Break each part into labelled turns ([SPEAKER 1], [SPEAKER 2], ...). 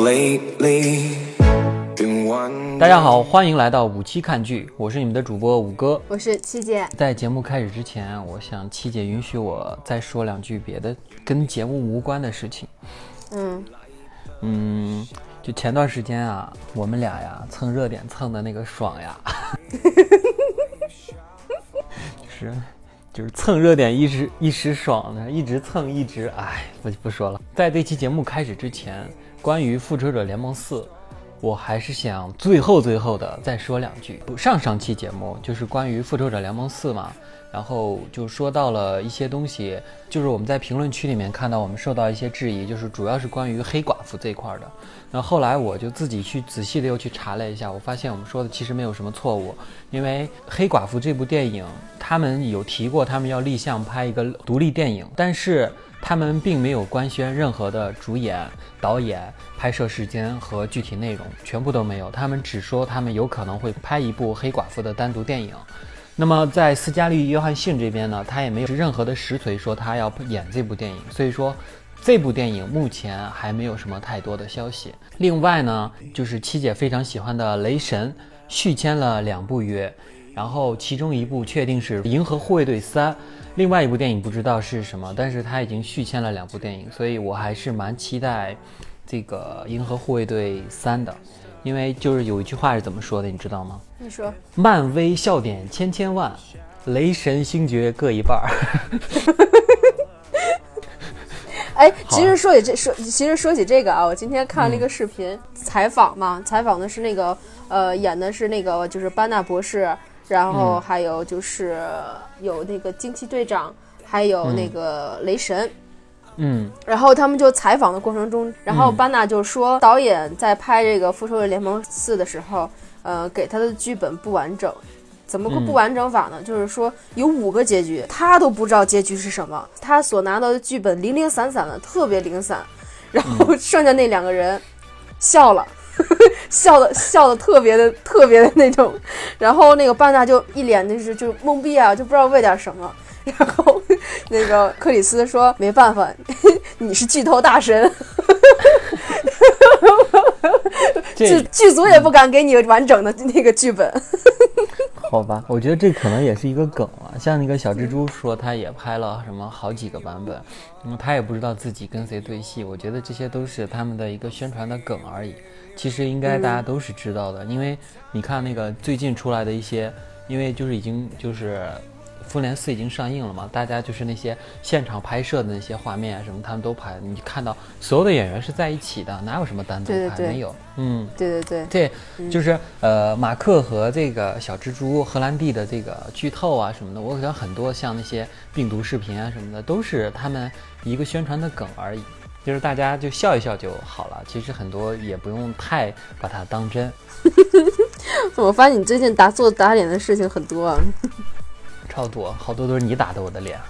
[SPEAKER 1] 大家好，欢迎来到五七看剧，我是你们的主播五哥，
[SPEAKER 2] 我是七姐。
[SPEAKER 1] 在节目开始之前，我想七姐允许我再说两句别的跟节目无关的事情。就前段时间啊，我们俩呀蹭热点蹭的那个爽呀，就是蹭热点一时爽的，一直蹭一直不说了。在这期节目开始之前，关于复仇者联盟4，我还是想最后的再说两句。上期节目就是关于复仇者联盟4嘛，然后就说到了一些东西，就是我们在评论区里面看到我们受到一些质疑，就是主要是关于黑寡妇这一块的。然后后来我就自己去仔细的又去查了一下，我发现我们说的其实没有什么错误，因为黑寡妇这部电影他们有提过他们要立项拍一个独立电影，但是他们并没有官宣任何的主演、导演、拍摄时间和具体内容，全部都没有。他们只说他们有可能会拍一部黑寡妇的单独电影。那么在斯嘉丽·约翰逊这边呢，他也没有任何的实锤说他要演这部电影，所以说这部电影目前还没有什么太多的消息。另外呢，就是七姐非常喜欢的雷神续签了2部约，然后其中一部确定是《银河护卫队3》，另外一部电影不知道是什么，但是他已经续签了2部电影，所以我还是蛮期待这个《银河护卫队3》的。因为就是有一句话是怎么说的，你知道吗？
[SPEAKER 2] 你说，
[SPEAKER 1] 漫威笑点千万，雷神星爵各一半。
[SPEAKER 2] 其实说起这个啊，我今天看了一个视频，采访的是那个演的是那个就是班纳博士，然后还有就是有那个惊奇队长，还有那个雷神。然后他们就采访的过程中，然后班纳就说，导演在拍这个复仇者联盟4的时候，给他的剧本不完整。怎么个不完整法呢？就是说有5个结局，他都不知道结局是什么，他所拿到的剧本零零散散的，特别零散，然后剩下那2个人笑了。笑的特别的那种，然后那个班纳就一脸就懵逼啊，就不知道为点什么。然后那个克里斯说没办法，你是剧透大神。剧组也不敢给你完整的那个剧本。
[SPEAKER 1] 好吧，我觉得这可能也是一个梗了。像那个小蜘蛛说他也拍了什么好几个版本，他也不知道自己跟谁对戏，我觉得这些都是他们的一个宣传的梗而已，其实应该大家都是知道的。因为你看那个最近出来的一些，因为就是已经就是复联4已经上映了嘛，大家就是那些现场拍摄的那些画面啊什么他们都拍，你看到所有的演员是在一起的，哪有什么单独拍？
[SPEAKER 2] 对
[SPEAKER 1] 没有。
[SPEAKER 2] 对，
[SPEAKER 1] 就是马克和这个小蜘蛛荷兰弟的这个剧透啊什么的，我想很多像那些病毒视频啊什么的都是他们一个宣传的梗而已，就是大家就笑一笑就好了，其实很多也不用太把它当真。
[SPEAKER 2] 我发现你最近做打脸的事情很多啊。
[SPEAKER 1] 超多，好多都是你打的我的脸。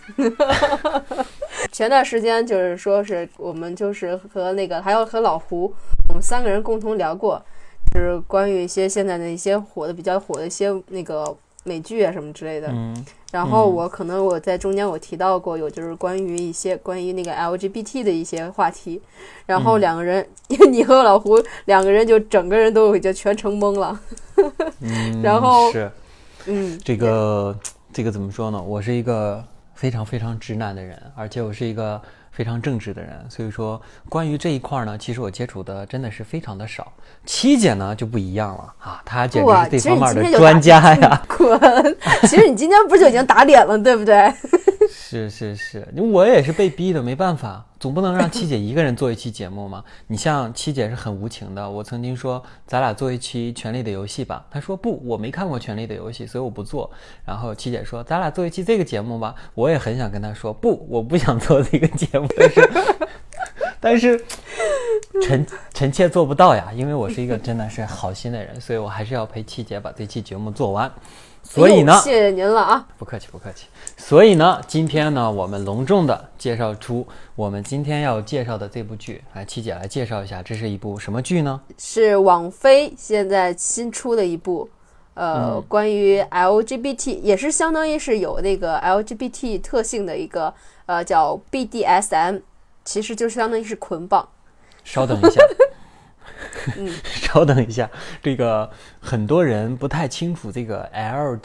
[SPEAKER 2] 前段时间就是说是我们就是和那个还有和老胡，我们3个人共同聊过，就是关于一些现在的一些比较火的一些那个美剧啊什么之类的。然后我在中间我提到过有就是关于那个 LGBT 的一些话题，然后2个人，你和老胡2个人就整个人都已经全程懵了。然后
[SPEAKER 1] 是。这个怎么说呢？我是一个非常非常直男的人，而且我是一个非常正直的人，所以说关于这一块呢，其实我接触的真的是非常的少。七姐呢就不一样了啊，她简直是这方面的专家呀！
[SPEAKER 2] 滚！其实你今天不是就已经打脸了，对不对？
[SPEAKER 1] 是，我也是被逼的，没办法，总不能让七姐一个人做一期节目嘛。你像七姐是很无情的，我曾经说咱俩做一期《权力的游戏》吧，她说不，我没看过《权力的游戏》，所以我不做。然后七姐说咱俩做一期这个节目吧，我也很想跟她说不，我不想做这个节目，但是臣妾做不到呀，因为我是一个真的是好心的人，所以我还是要陪七姐把这期节目做完。所以呢，
[SPEAKER 2] 谢谢您了啊！
[SPEAKER 1] 不客气。所以呢，今天呢，我们隆重的介绍出我们今天要介绍的这部剧，来，七姐来介绍一下，这是一部什么剧呢？
[SPEAKER 2] 是网飞现在新出的一部，关于 LGBT， 也是相当于是有那个 LGBT 特性的一个，叫 BDSM， 其实就相当于是捆绑。
[SPEAKER 1] 稍等一下， 稍等一下，这个很多人不太清楚这个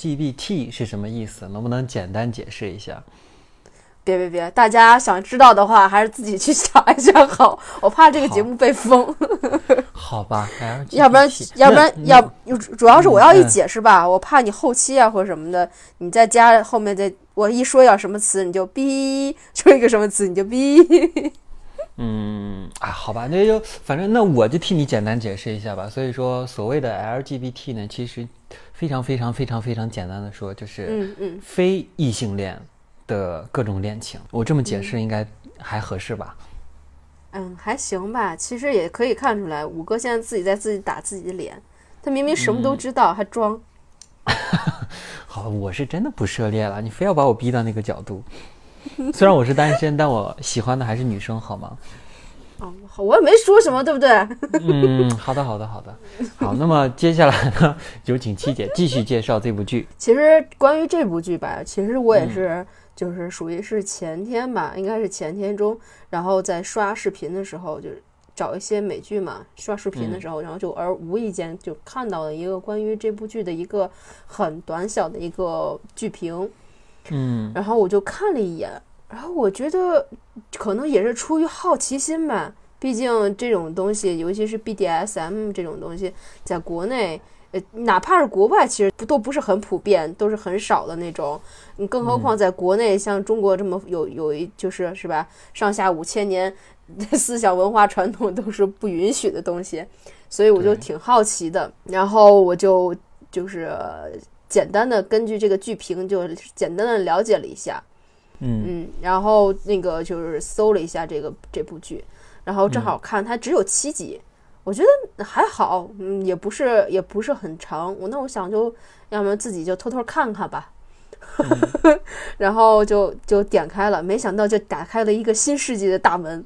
[SPEAKER 1] LGBT 是什么意思，能不能简单解释一下？
[SPEAKER 2] 别，大家想知道的话，还是自己去查一下好。我怕这个节目被封。
[SPEAKER 1] 好吧，
[SPEAKER 2] 要不然主要是我要一解释吧，我怕你后期啊或者什么的，你再加后面我一说要什么词，你就哔，说一个什么词你就哔。
[SPEAKER 1] 好吧，那就反正那我就替你简单解释一下吧。所以说，所谓的 LGBT 呢，其实非常简单的说，就是非异性恋的各种恋情。我这么解释应该还合适吧？
[SPEAKER 2] 还行吧。其实也可以看出来，五哥现在自己打自己的脸，他明明什么都知道，还装。
[SPEAKER 1] 好，我是真的不涉猎了，你非要把我逼到那个角度。虽然我是单身，但我喜欢的还是女生，好吗？
[SPEAKER 2] 我也没说什么，对不对？
[SPEAKER 1] 好的。好，那么接下来呢，有请七姐继续介绍这部剧。
[SPEAKER 2] 其实关于这部剧吧，其实我也是，就是属于是前天吧，应该是前天中，然后在刷视频的时候，就是找一些美剧嘛，刷视频的时候，然后无意间就看到了一个关于这部剧的一个很短小的一个剧评。然后我就看了一眼，然后我觉得可能也是出于好奇心吧，毕竟这种东西，尤其是 BDSM 这种东西，在国内，哪怕是国外，其实都不是很普遍，都是很少的那种。更何况在国内，像中国这么是吧，上下5000年思想文化传统都是不允许的东西，所以我就挺好奇的。然后我就是简单的根据这个剧评就简单的了解了一下，然后那个就是搜了一下这部剧，然后正好看它只有7集，我觉得还好，也不是很长，我想就要么自己就偷偷看看吧，然后就点开了，没想到就打开了一个新世界的大门，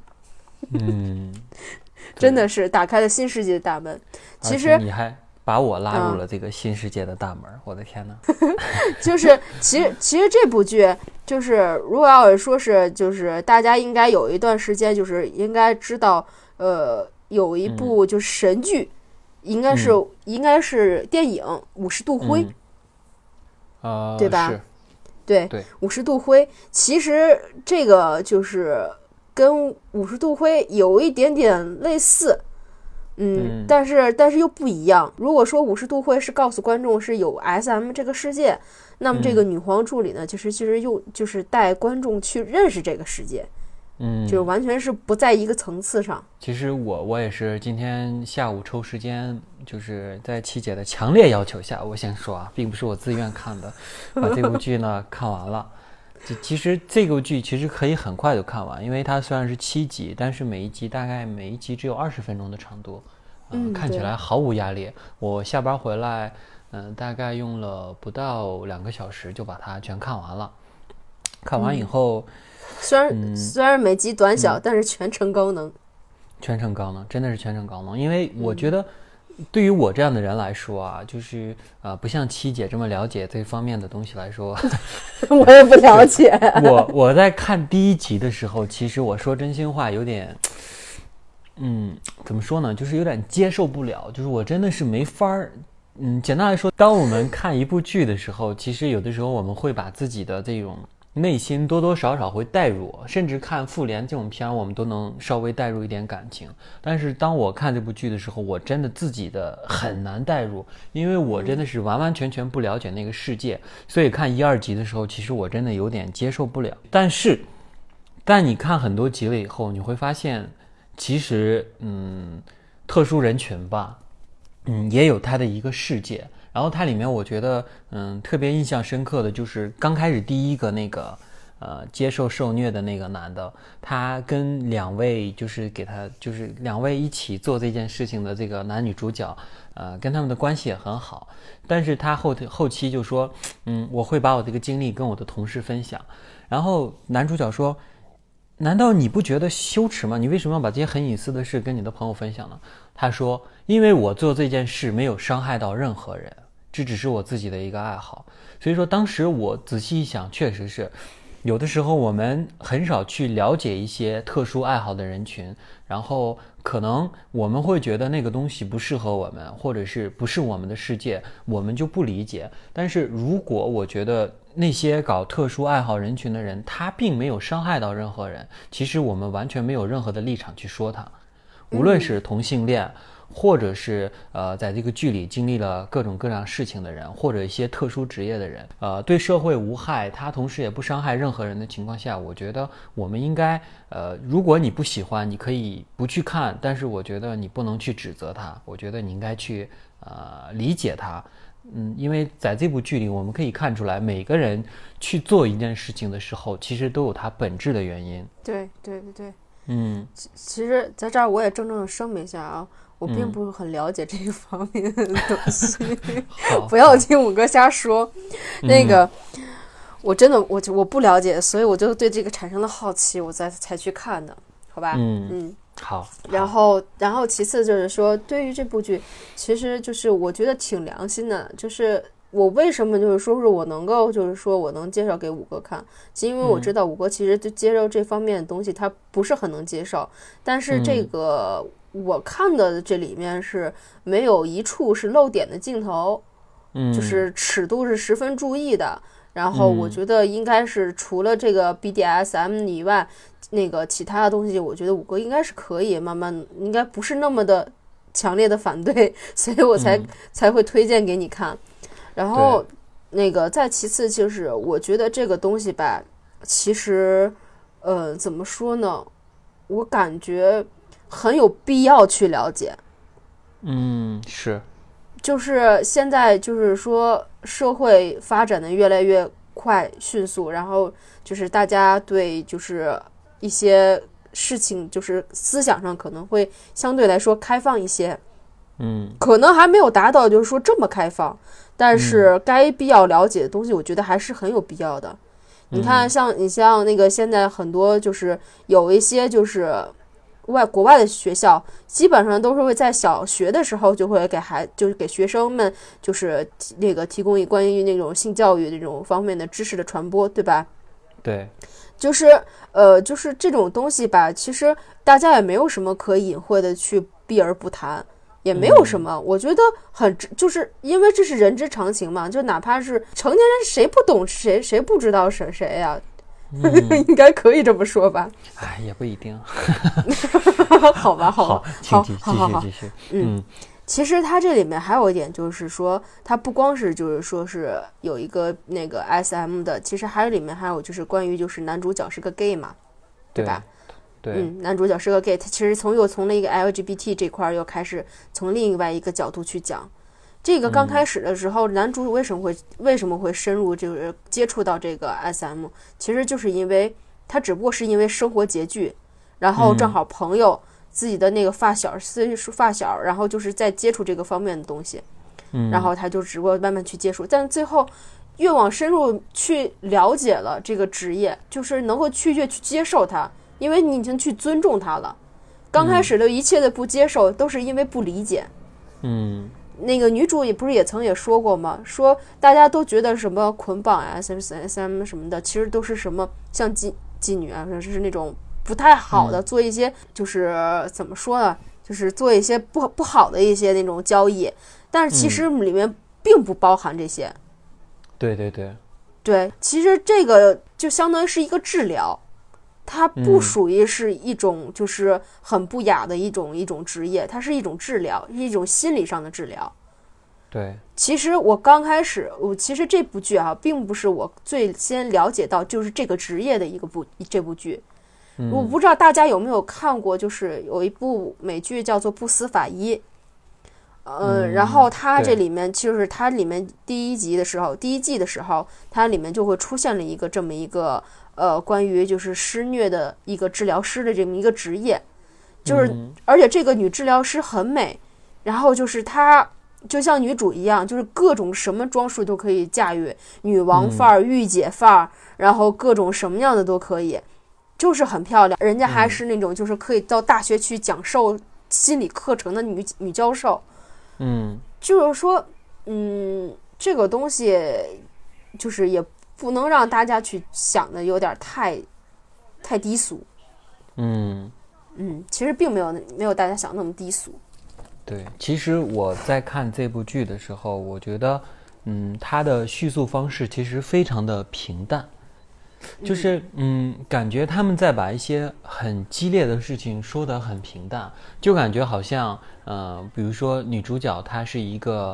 [SPEAKER 2] 真的是打开了新世界的大门。其实
[SPEAKER 1] 你还把我拉入了这个新世界的大门，我的天哪！
[SPEAKER 2] 就是其实这部剧就是如果要是说是就是大家应该有一段时间就是应该知道有一部就是神剧，应该是电影50度灰，对吧？
[SPEAKER 1] 是，
[SPEAKER 2] 对，50度灰，其实这个就是跟50度灰有一点点类似。但是又不一样。如果说50度灰是告诉观众是有 SM 这个世界，那么这个女皇助理呢，其实又就是带观众去认识这个世界，就是完全是不在一个层次上。
[SPEAKER 1] 其实我也是今天下午抽时间，就是在七姐的强烈要求下，我先说啊，并不是我自愿看的，把这部剧呢看完了。其实这个剧其实可以很快就看完，因为它虽然是7集，但是每一集只有20分钟的长度，看起来毫无压力。我下班回来，大概用了不到2个小时就把它全看完了。看完以后，
[SPEAKER 2] 虽然每集短小，但是全程高能。
[SPEAKER 1] 全程高能，真的是全程高能。因为我觉得，对于我这样的人来说啊，就是不像七姐这么了解这方面的东西来说，
[SPEAKER 2] 我也不了解。
[SPEAKER 1] 我在看第1集的时候，其实我说真心话，有点，怎么说呢，就是有点接受不了，就是我真的是没法儿。简单来说，当我们看一部剧的时候，其实有的时候我们会把自己的这种内心多多少少会带入，甚至看复联这种片我们都能稍微带入一点感情。但是当我看这部剧的时候，我真的自己的很难带入，因为我真的是完完全全不了解那个世界，所以看1、2集的时候，其实我真的有点接受不了。但你看很多集了以后，你会发现其实特殊人群吧，也有它的一个世界。然后它里面我觉得特别印象深刻的就是刚开始第一个那个接受受虐的那个男的，他跟2位就是2位一起做这件事情的这个男女主角跟他们的关系也很好，但是他后期就说我会把我这个经历跟我的同事分享。然后男主角说，难道你不觉得羞耻吗？你为什么要把这些很隐私的事跟你的朋友分享呢？他说，因为我做这件事没有伤害到任何人，这只是我自己的一个爱好。所以说当时我仔细一想，确实是有的时候我们很少去了解一些特殊爱好的人群，然后可能我们会觉得那个东西不适合我们，或者是不是我们的世界，我们就不理解。但是如果我觉得那些搞特殊爱好人群的人，他并没有伤害到任何人，其实我们完全没有任何的立场去说他。无论是同性恋，或者是在这个剧里经历了各种各样事情的人，或者一些特殊职业的人，对社会无害，他同时也不伤害任何人的情况下，我觉得我们应该如果你不喜欢，你可以不去看，但是我觉得你不能去指责他，我觉得你应该去理解他。因为在这部剧里我们可以看出来，每个人去做一件事情的时候，其实都有他本质的原因。
[SPEAKER 2] 对对对对。其实在这儿我也郑重的声明一下啊，我并不是很了解这个方面的东西，不要听五哥瞎说。那个我真的我不了解，所以我就对这个产生了好奇，我才去看的，好吧？
[SPEAKER 1] 好。
[SPEAKER 2] 然后其次就是说，对于这部剧，其实就是我觉得挺良心的，就是我为什么就是说是我能够就是说我能介绍给五哥看，因为我知道五哥其实就接受这方面的东西他不是很能接受，但是这个我看的这里面是没有一处是漏点的镜头，就是尺度是十分注意的。然后我觉得应该是除了这个 BDSM 以外，那个其他的东西，我觉得五哥应该是可以慢慢，应该不是那么的强烈的反对，所以我才会推荐给你看。然后那个再其次就是我觉得这个东西吧，其实怎么说呢，我感觉很有必要去了解。
[SPEAKER 1] 是，
[SPEAKER 2] 就是现在就是说社会发展的越来越快迅速，然后就是大家对就是一些事情就是思想上可能会相对来说开放一些，可能还没有达到就是说这么开放，但是该必要了解的东西我觉得还是很有必要的。你看你像那个现在很多就是有一些就是国外的学校基本上都是会在小学的时候就会就是给学生们就是那个提供关于那种性教育这种方面的知识的传播，对吧？对，就是这种东西吧，其实大家也没有什么可隐晦的去避而不谈，也没有什么，我觉得就是因为这是人之常情嘛，就哪怕是成年人谁不懂谁不知道谁呀，应该可以这么说吧？
[SPEAKER 1] 也不一定。
[SPEAKER 2] 好吧，
[SPEAKER 1] 好，请继续。
[SPEAKER 2] 其实它这里面还有一点就是说，它不光是就是说是有一个那个 SM 的，其实里面还有就是关于就是男主角是个 gay 嘛，对吧？对，男主角是个 gay， 他其实又从了一个 LGBT 这块又开始从另外一个角度去讲。这个刚开始的时候，男主为什么会深入就是接触到这个 SM， 其实就是因为他只不过是因为生活拮据，然后正好朋友自己的那个发小，然后就是在接触这个方面的东西，然后他就只不过慢慢去接触，但最后越往深入去了解了这个职业，就是能够越去接受它，因为你已经去尊重它了。刚开始的一切的不接受都是因为不理解。那个女主也曾说过嘛，说大家都觉得什么捆绑啊 SM 什么的，其实都是什么像妓女啊，就是那种不太好的，做一些就是怎么说呢，就是做一些不好的一些那种交易，但是其实里面并不包含这些。对，其实这个就相当于是一个治疗，它不属于是一种就是很不雅的一种职业，它是一种治疗，一种心理上的治疗。
[SPEAKER 1] 对，
[SPEAKER 2] 其实其实这部剧啊，并不是我最先了解到就是这个职业的这部剧。我不知道大家有没有看过，就是有一部美剧叫做《不思法医》。然后它这里面就是它里面第一季的时候，它里面就会出现了这么一个关于就是施虐的一个治疗师的这么一个职业，就是而且这个女治疗师很美，然后就是她就像女主一样，就是各种什么装束都可以驾驭，女王范儿、御姐范儿，然后各种什么样的都可以，就是很漂亮。人家还是那种就是可以到大学去讲授心理课程的女教授。就是说这个东西就是也不能让大家去想的有点太低俗。其实并没有大家想那么低俗。
[SPEAKER 1] 对，其实我在看这部剧的时候，我觉得它的叙述方式其实非常的平淡，就是感觉他们在把一些很激烈的事情说得很平淡，就感觉好像比如说女主角她是一个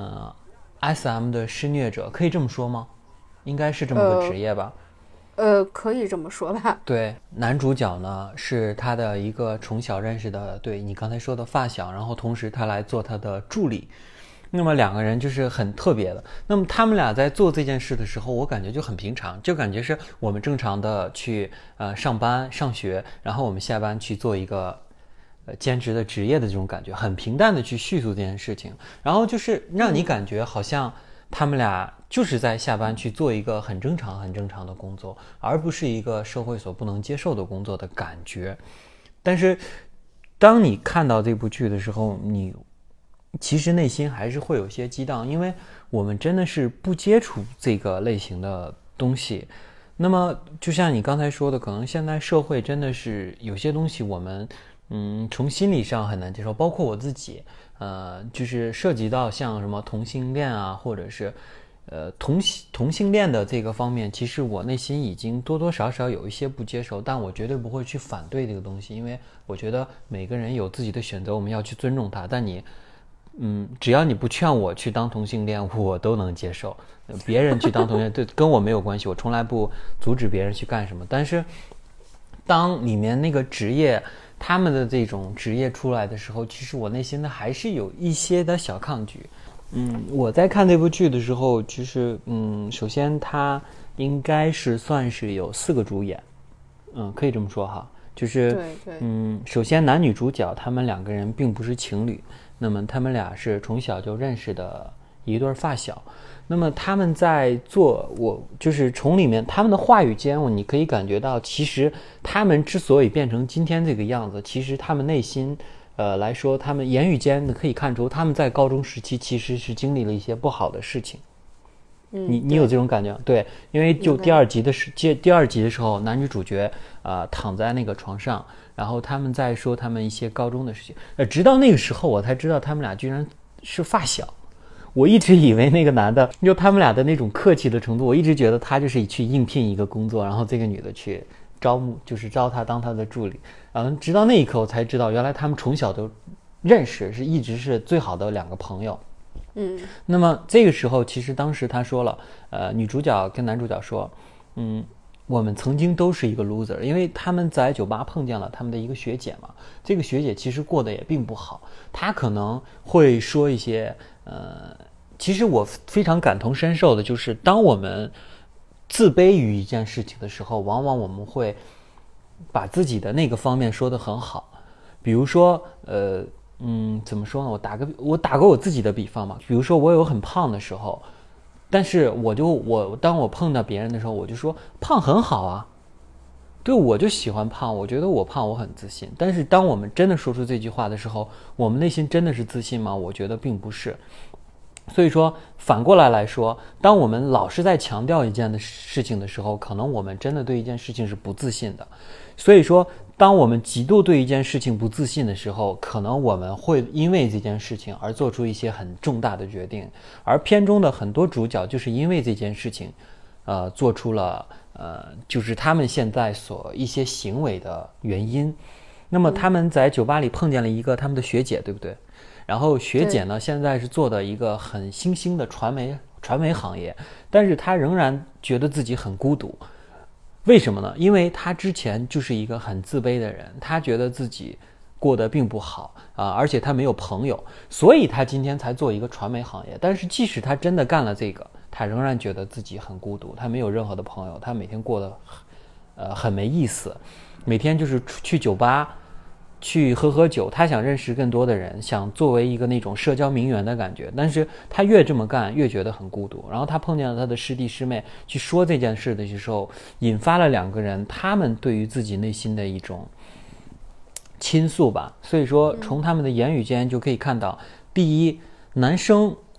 [SPEAKER 1] SM 的施虐者，可以这么说吗？应该是这么个职业吧。
[SPEAKER 2] 可以这么说吧。
[SPEAKER 1] 对，男主角呢是他的一个从小认识的，对你刚才说的发小，然后同时他来做他的助理，那么两个人就是很特别的。那么他们俩在做这件事的时候，我感觉就很平常，就感觉是我们正常的去上班上学，然后我们下班去做一个兼职的职业的这种感觉，很平淡的去叙述这件事情，然后就是让你感觉好像他们俩就是在下班去做一个很正常的工作，而不是一个社会所不能接受的工作的感觉。但是当你看到这部剧的时候，你其实内心还是会有些激荡，因为我们真的是不接触这个类型的东西。那么就像你刚才说的，可能现在社会真的是有些东西我们从心理上很难接受，包括我自己就是涉及到像什么同性恋啊，或者是同性恋的这个方面，其实我内心已经多多少少有一些不接受，但我绝对不会去反对这个东西，因为我觉得每个人有自己的选择，我们要去尊重他。但你只要你不劝我去当同性恋，我都能接受。别人去当同性恋，对，跟我没有关系，我从来不阻止别人去干什么。但是当里面那个职业，他们的这种职业出来的时候，其实我内心呢还是有一些的小抗拒。我在看这部剧的时候，其实首先它应该是算是有4个主演，可以这么说哈，就是
[SPEAKER 2] 对
[SPEAKER 1] 首先男女主角他们2个人并不是情侣，那么他们俩是从小就认识的一对发小。那么他们在做，我就是从里面他们的话语间，你可以感觉到，其实他们之所以变成今天这个样子，其实他们内心来说，他们言语间可以看出他们在高中时期其实是经历了一些不好的事情。你有这种感觉？对，因为就第二集的时候，男女主角躺在那个床上，然后他们在说他们一些高中的事情，直到那个时候我才知道他们俩居然是发小。我一直以为那个男的，就他们俩的那种客气的程度，我一直觉得他就是去应聘一个工作，然后这个女的去就是招他当他的助理。然后直到那一刻我才知道，原来他们从小都认识，一直是最好的2个朋友。那么这个时候其实当时他说了，女主角跟男主角说，我们曾经都是一个 loser， 因为他们在酒吧碰见了他们的一个学姐嘛，这个学姐其实过得也并不好，她可能会说一些其实我非常感同身受的，就是当我们自卑于一件事情的时候，往往我们会把自己的那个方面说得很好。比如说怎么说呢，我打个我自己的比方嘛，比如说我有很胖的时候，但是当我碰到别人的时候，我就说胖很好啊，对，我就喜欢胖，我觉得我胖我很自信。但是当我们真的说出这句话的时候，我们内心真的是自信吗？我觉得并不是。所以说反过来说，当我们老是在强调一件的事情的时候，可能我们真的对一件事情是不自信的。所以说当我们极度对一件事情不自信的时候，可能我们会因为这件事情而做出一些很重大的决定。而片中的很多主角就是因为这件事情做出了就是他们现在一些行为的原因。那么他们在酒吧里碰见了一个他们的学姐，对不对？然后学姐呢，现在是做的一个很新兴的传媒行业，但是她仍然觉得自己很孤独。为什么呢？因为她之前就是一个很自卑的人，她觉得自己过得并不好而且她没有朋友，所以她今天才做一个传媒行业。但是即使她真的干了这个，她仍然觉得自己很孤独，她没有任何的朋友，她每天过得很没意思，每天就是去酒吧去喝酒，他想认识更多的人，想作为一个那种社交名媛的感觉，但是他越这么干越觉得很孤独。然后他碰见了他的师弟师妹，去说这件事的时候，引发了2个人他们对于自己内心的一种倾诉吧。所以说从他们的言语间就可以看到，第一，男生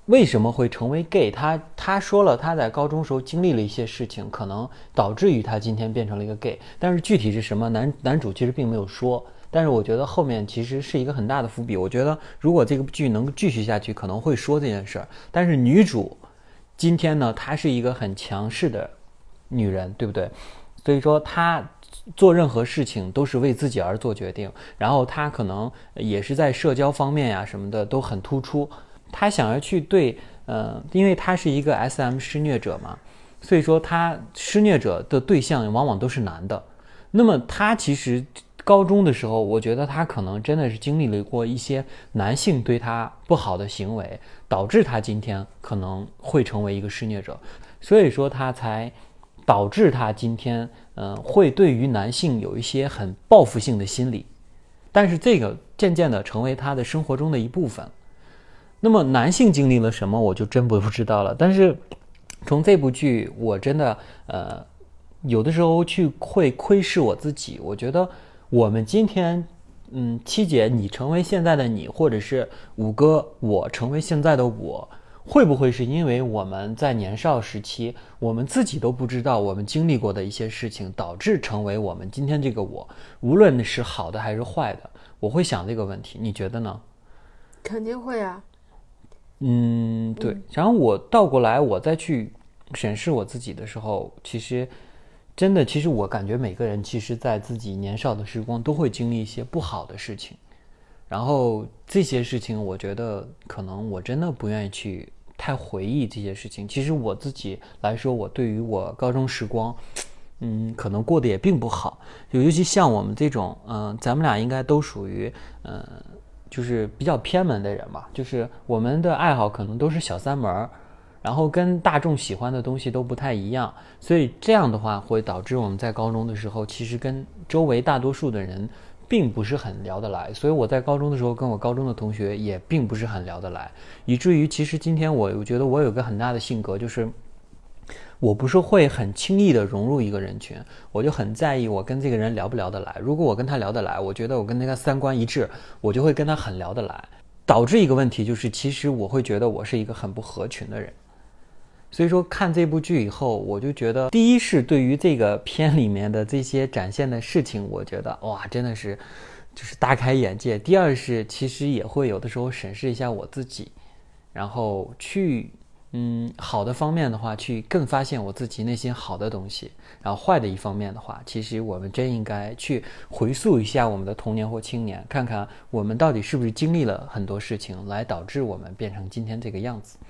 [SPEAKER 1] 为什么会成为 gay， 他说了他在高中时候经历了一些事情，可能导致于他今天变成了一个 gay， 但是具体是什么，男主其实并没有说。但是我觉得后面其实是一个很大的伏笔，我觉得如果这个剧能继续下去，可能会说这件事儿。但是女主今天呢，她是一个很强势的女人，对不对？所以说她做任何事情都是为自己而做决定，然后她可能也是在社交方面呀什么的都很突出。她想要去对因为她是一个 SM 施虐者嘛，所以说她施虐者的对象往往都是男的。那么她其实高中的时候，我觉得她可能真的是经历了过一些男性对她不好的行为，导致她今天可能会成为一个施虐者，所以说她才导致她今天会对于男性有一些很报复性的心理，但是这个渐渐的成为她的生活中的一部分。那么男性经历了什么我就真不知道了，但是从这部剧我真的有的时候会窥视我自己，我觉得我们今天七姐你成为现在的你，或者是五哥我成为现在的我，会不会是因为我们在年少时期我们自己都不知道我们经历过的一些事情，导致成为我们今天这个我，无论是好的还是坏的，我会想这个问题，你觉得呢？
[SPEAKER 2] 肯定会啊。
[SPEAKER 1] 对。然后我倒过来我再去审视我自己的时候，其实我感觉每个人其实在自己年少的时光都会经历一些不好的事情，然后这些事情我觉得可能我真的不愿意去太回忆这些事情。其实我自己来说，我对于我高中时光可能过得也并不好，尤其像我们这种咱们俩应该都属于就是比较偏门的人吧，就是我们的爱好可能都是小三门，然后跟大众喜欢的东西都不太一样，所以这样的话会导致我们在高中的时候其实跟周围大多数的人并不是很聊得来，所以我在高中的时候跟我高中的同学也并不是很聊得来，以至于其实今天我觉得我有个很大的性格，就是我不是会很轻易的融入一个人群，我就很在意我跟这个人聊不聊得来。如果我跟他聊得来，我觉得我跟那个三观一致，我就会跟他很聊得来，导致一个问题就是其实我会觉得我是一个很不合群的人。所以说看这部剧以后，我就觉得第一是对于这个片里面的这些展现的事情，我觉得哇真的是就是大开眼界。第二是其实也会有的时候审视一下我自己，然后去好的方面的话去更发现我自己内心好的东西，然后坏的一方面的话，其实我们真应该去回溯一下我们的童年或青年，看看我们到底是不是经历了很多事情来导致我们变成今天这个样子。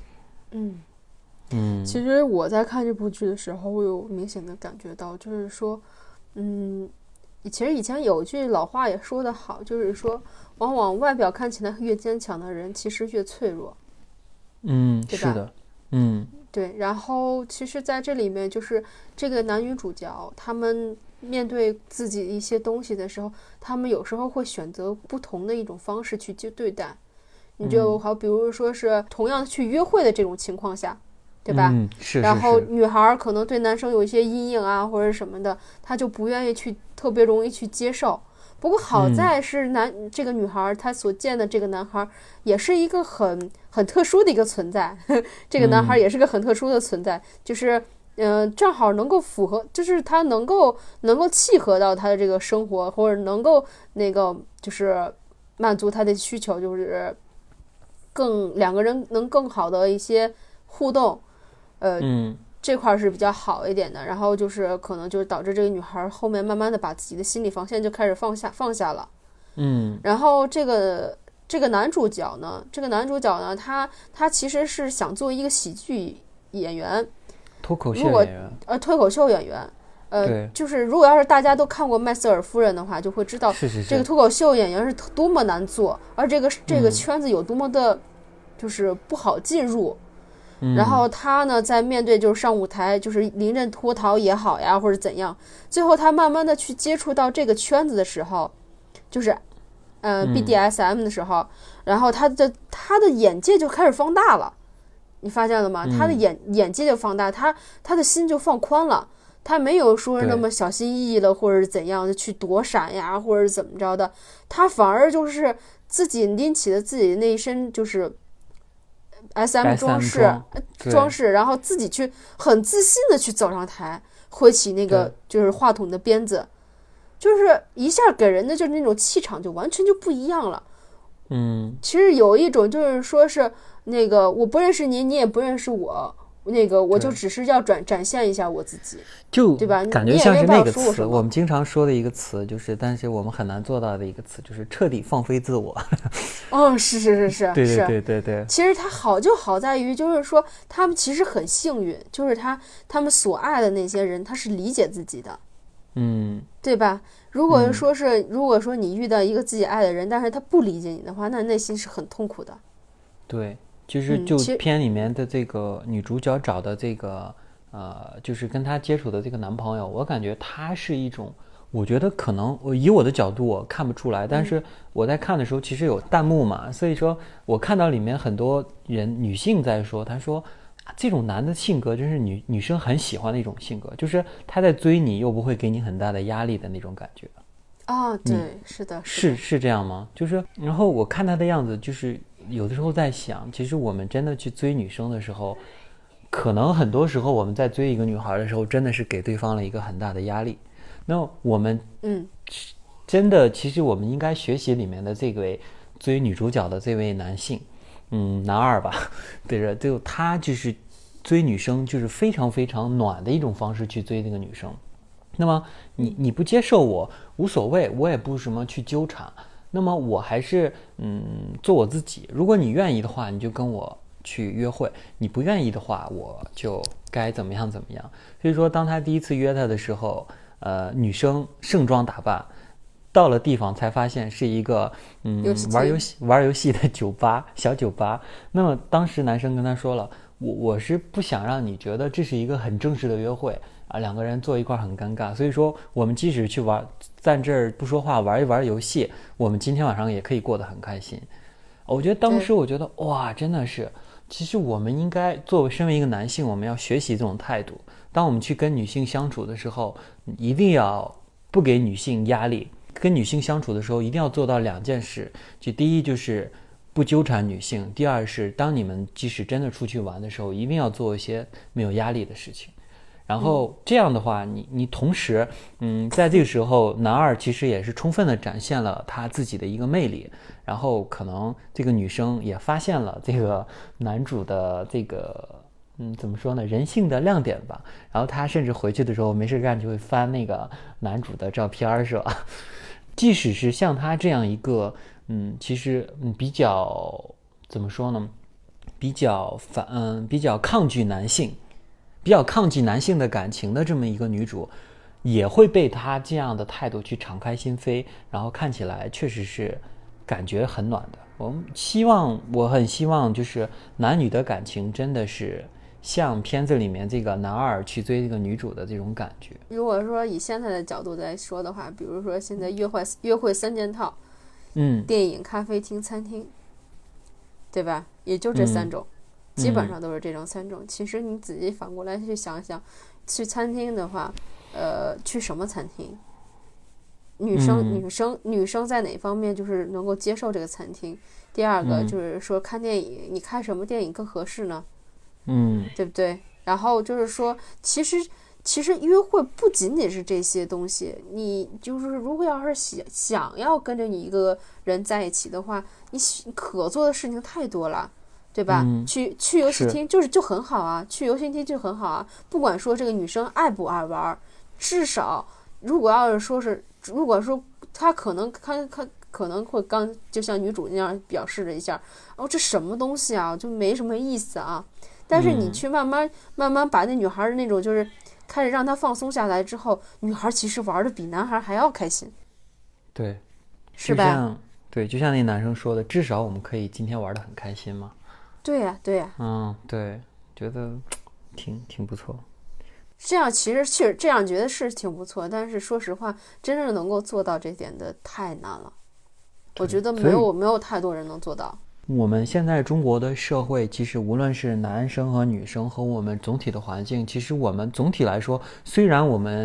[SPEAKER 2] 其实我在看这部剧的时候，我有明显的感觉到，就是说其实以前有句老话也说得好，就是说往往外表看起来越坚强的人其实越脆弱。对吧？是的。对。然后其实在这里面就是这个男女主角他们面对自己一些东西的时候，他们有时候会选择不同的一种方式去对待。你就好比如说是同样去约会的这种情况下，对吧？
[SPEAKER 1] 是。
[SPEAKER 2] 然后女孩可能对男生有一些阴影啊或者什么的，她就不愿意去，特别容易去接受。不过好在是这个女孩她所见的这个男孩也是一个很特殊的一个存在，这个男孩也是个很特殊的存在，就是正好能够符合，就是他能够契合到他的这个生活，或者能够那个就是满足他的需求，就是两个人能更好的一些互动，这块是比较好一点的。然后就是可能就是导致这个女孩后面慢慢的把自己的心理防线就开始放下了。然后这个男主角呢，他其实是想做一个喜剧演员，脱口秀演员。就是如果要是大家都看过麦瑟尔夫人的话，就会知道这个脱口秀演员是多么难做，而这个圈子有多么的就是不好进入。然后他呢在面对就是上舞台就是临阵脱逃也好呀或者怎样，最后他慢慢的去接触到这个圈子的时候，就是BDSM 的时候，然后他的眼界就开始放大了，你发现了吗？他的眼界就放大，他的心就放宽了，他没有说那么小心翼翼的或者是怎样的去躲闪呀或者怎么着的，他反而就是自己拎起了自己的那一身就是 SM 装饰，然后自己去很自信的去走上台，挥起那个就是话筒的鞭子，就是一下给人的就是那种气场就完全就不一样了。其实有一种就是说是那个我不认识你，你也不认识我，那个我就只是要展现一下我自己，
[SPEAKER 1] 就
[SPEAKER 2] 对吧？
[SPEAKER 1] 感觉像是那个词，我们经常说的一个词，就是但是我们很难做到的一个词，就是彻底放飞自我。
[SPEAKER 2] 是，
[SPEAKER 1] 对。
[SPEAKER 2] 其实他好就好在于，就是说他们其实很幸运，就是他们所爱的那些人，他是理解自己的，对吧？如果说你遇到一个自己爱的人，但是他不理解你的话，那内心是很痛苦的。
[SPEAKER 1] 对。其实就片里面的这个女主角找的这个就是跟她接触的这个男朋友，我感觉他是一种，我觉得可能以我的角度我看不出来，但是我在看的时候其实有弹幕嘛，所以说我看到里面很多人女性在说，她说这种男的性格真是女生很喜欢的一种性格，就是他在追你又不会给你很大的压力的那种感觉。
[SPEAKER 2] 对，是的，
[SPEAKER 1] 是这样吗？就是然后我看他的样子，就是有的时候在想，其实我们真的去追女生的时候，可能很多时候我们在追一个女孩的时候，真的是给对方了一个很大的压力。那我们真的其实我们应该学习里面的这位追女主角的这位男性，男二吧，对着就他就是追女生就是非常非常暖的一种方式去追这个女生。那么你不接受我无所谓，我也不什么去纠缠，那么我还是做我自己，如果你愿意的话你就跟我去约会，你不愿意的话我就该怎么样怎么样。所以说当他第一次约她的时候，女生盛装打扮到了地方才发现是一个玩游戏的小酒吧。那么当时男生跟他说了，我是不想让你觉得这是一个很正式的约会啊，两个人坐一块很尴尬，所以说我们即使去在这儿不说话玩一玩游戏，我们今天晚上也可以过得很开心。我觉得当时我觉得哇，真的是，其实我们应该身为一个男性，我们要学习这种态度。当我们去跟女性相处的时候，一定要不给女性压力。跟女性相处的时候，一定要做到2件事，就第一就是不纠缠女性，第二是当你们即使真的出去玩的时候，一定要做一些没有压力的事情。然后这样的话，你同时，在这个时候，男二其实也是充分的展现了他自己的一个魅力，然后可能这个女生也发现了这个男主的这个，怎么说呢，人性的亮点吧。然后他甚至回去的时候没事干就会翻那个男主的照片，是吧？即使是像他这样一个，其实比较怎么说呢，比较抗拒男性。比较抗拒男性的感情的这么一个女主，也会被他这样的态度去敞开心扉，然后看起来确实是感觉很暖的。我很希望就是男女的感情真的是像片子里面这个男二去追这个女主的这种感觉。
[SPEAKER 2] 如果说以现在的角度来说的话，比如说现在约会3件套，电影、咖啡厅、餐厅，对吧？也就这3种。基本上都是这种3种。其实你仔细反过来去想想，去餐厅的话，去什么餐厅？女生在哪方面就是能够接受这个餐厅？第二个就是说看电影，你看什么电影更合适呢？对不对？然后就是说，其实约会不仅仅是这些东西，你就是如果要是想要跟着你一个人在一起的话，你可做的事情太多了。对吧？去游戏厅就很好啊，去游戏厅就很好啊。不管说这个女生爱不爱玩，至少如果说她可能会就像女主那样表示了一下，这什么东西啊，就没什么意思啊。但是你去慢慢把那女孩的那种就是开始让她放松下来之后，女孩其实玩的比男孩还要开心。
[SPEAKER 1] 对，
[SPEAKER 2] 是吧？
[SPEAKER 1] 对，就像那男生说的，至少我们可以今天玩的很开心嘛。
[SPEAKER 2] 对呀。
[SPEAKER 1] 对，觉得挺不错。
[SPEAKER 2] 这样其实这样觉得是挺不错，但是说实话，真正能够做到这点的太难了。我觉得没有太多人能做到。
[SPEAKER 1] 我们现在中国的社会，其实无论是男生和女生和我们总体的环境，其实我们总体来说，虽然我们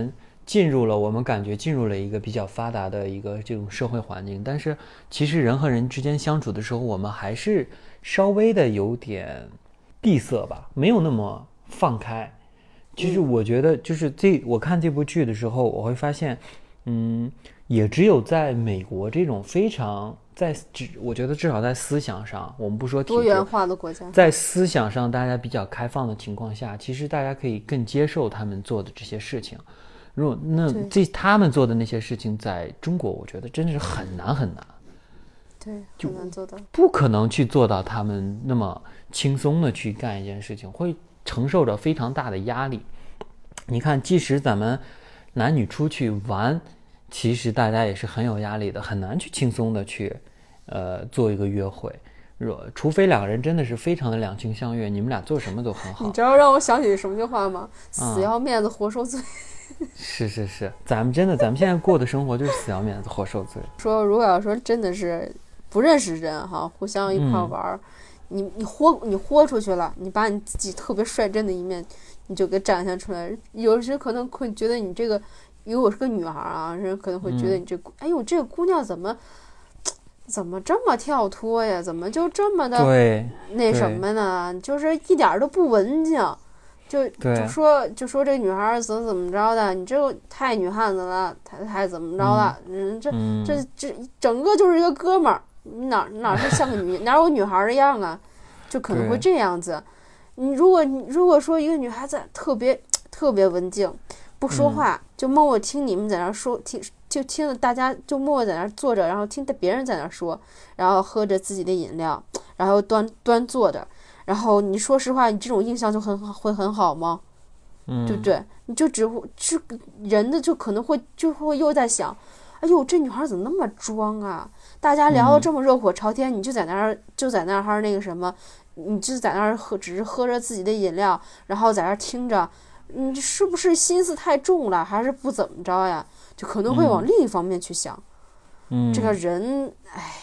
[SPEAKER 1] 我们感觉进入了一个比较发达的一个这种社会环境，但是其实人和人之间相处的时候，我们还是稍微的有点闭塞吧，没有那么放开。其实我觉得就是我看这部剧的时候，我会发现也只有在美国这种非常我觉得至少在思想上，我们不说体制，
[SPEAKER 2] 多元化的国家，
[SPEAKER 1] 在思想上大家比较开放的情况下，其实大家可以更接受他们做的这些事情。他们做的那些事情在中国，我觉得真的是很难很难。
[SPEAKER 2] 对，很难做到，
[SPEAKER 1] 不可能去做到他们那么轻松的去干一件事情，会承受着非常大的压力。你看，即使咱们男女出去玩，其实大家也是很有压力的，很难去轻松的去做一个约会，除非两个人真的是非常的两情相悦，你们俩做什么都很好。
[SPEAKER 2] 你知道让我想起什么句话吗？死要面子活受罪。
[SPEAKER 1] 是，咱们现在过的生活就是死要面子活受罪。
[SPEAKER 2] 说如果要说真的是不认识人哈，互相一块玩，你豁出去了，你把你自己特别率真的一面你就给展现出来，有人可能会觉得你这个，因为我是个女孩啊，人可能会觉得你哎呦这个姑娘怎么这么跳脱呀，怎么就这么的那什么呢，就是一点都不文静，就说这个女孩怎么着的，你这太女汉子了，太怎么着了，这整个就是一个哥们儿，哪是像个哪有女孩的样啊，就可能会这样子。你如果说一个女孩子特别文静，不说话，就默默听你们在那说，就听着大家就默默在那坐着，然后听别人在那说，然后喝着自己的饮料，然后端坐着，然后你说实话，你这种印象就会很好吗？对不对？你就人的就可能会又在想，哎呦，这女孩怎么那么装啊？大家聊得这么热火朝天，你就在那儿那个什么，你就在那儿只是喝着自己的饮料，然后在那儿听着，你是不是心思太重了，还是不怎么着呀？就可能会往另一方面去想。这个人，哎。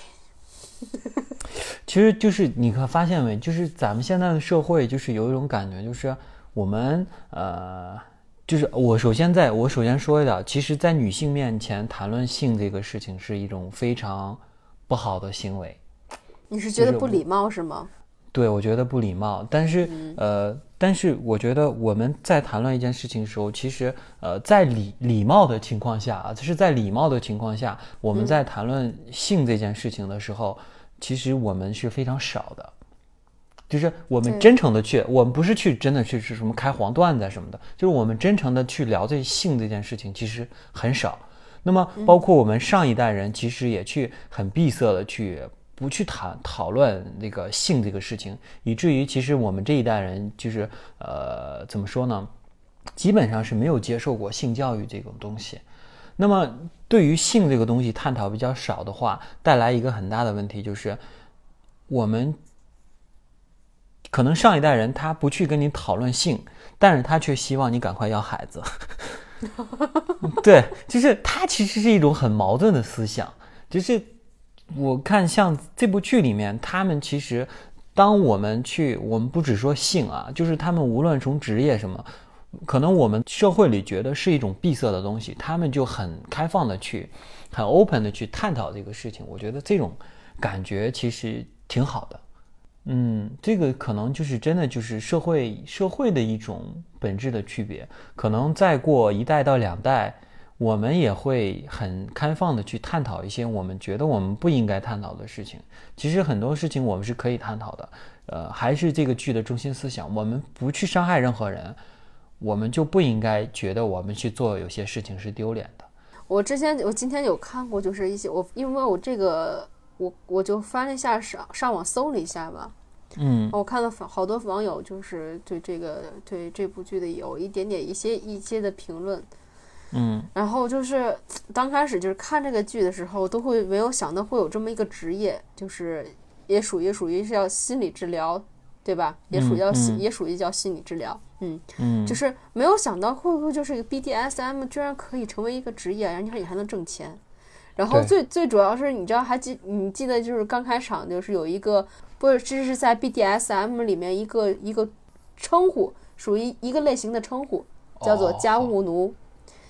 [SPEAKER 1] 其实就是你可发现没，就是咱们现在的社会就是有一种感觉，就是我们就是我首先说的，其实在女性面前谈论性这个事情是一种非常不好的行为。
[SPEAKER 2] 你是觉得不礼貌是吗？
[SPEAKER 1] 对，我觉得不礼貌，但是我觉得我们在谈论一件事情的时候，其实在礼貌的情况下啊，就是在礼貌的情况下，我们在谈论性这件事情的时候，其实我们是非常少的，就是我们真诚的去，我们不是去真的去是什么开黄段子什么的，就是我们真诚的去聊这性这件事情，其实很少。那么包括我们上一代人，其实也去很闭塞的去。不去讨论那个性这个事情，以至于其实我们这一代人就是怎么说呢，基本上是没有接受过性教育这种东西。那么对于性这个东西探讨比较少的话，带来一个很大的问题，就是我们可能上一代人他不去跟你讨论性，但是他却希望你赶快要孩子。对，就是他其实是一种很矛盾的思想，就是我看像这部剧里面，他们其实当我们不只说性啊，就是他们无论从职业什么，可能我们社会里觉得是一种闭塞的东西，他们就很开放的去很 open 的去探讨这个事情。我觉得这种感觉其实挺好的。这个可能就是真的就是社会的一种本质的区别。可能再过1代到2代，我们也会很开放的去探讨一些我们觉得我们不应该探讨的事情。其实很多事情我们是可以探讨的，还是这个剧的中心思想，我们不去伤害任何人，我们就不应该觉得我们去做有些事情是丢脸的。
[SPEAKER 2] 我今天有看过，就是一些因为我这个我就翻了一下上网搜了一下吧。我看到好多网友就是对这部剧的有一些的评论。然后就是刚开始就是看这个剧的时候，都会没有想到会有这么一个职业，就是也属于是要心理治疗，对吧？也属于叫心理治疗。就是没有想到会不会就是一个 BDSM 居然可以成为一个职业，然后你还能挣钱。然后最主要是你知道你记得就是刚开场就是有一个不是这是在 BDSM 里面一个称呼，属于一个类型的称呼，叫做家务奴。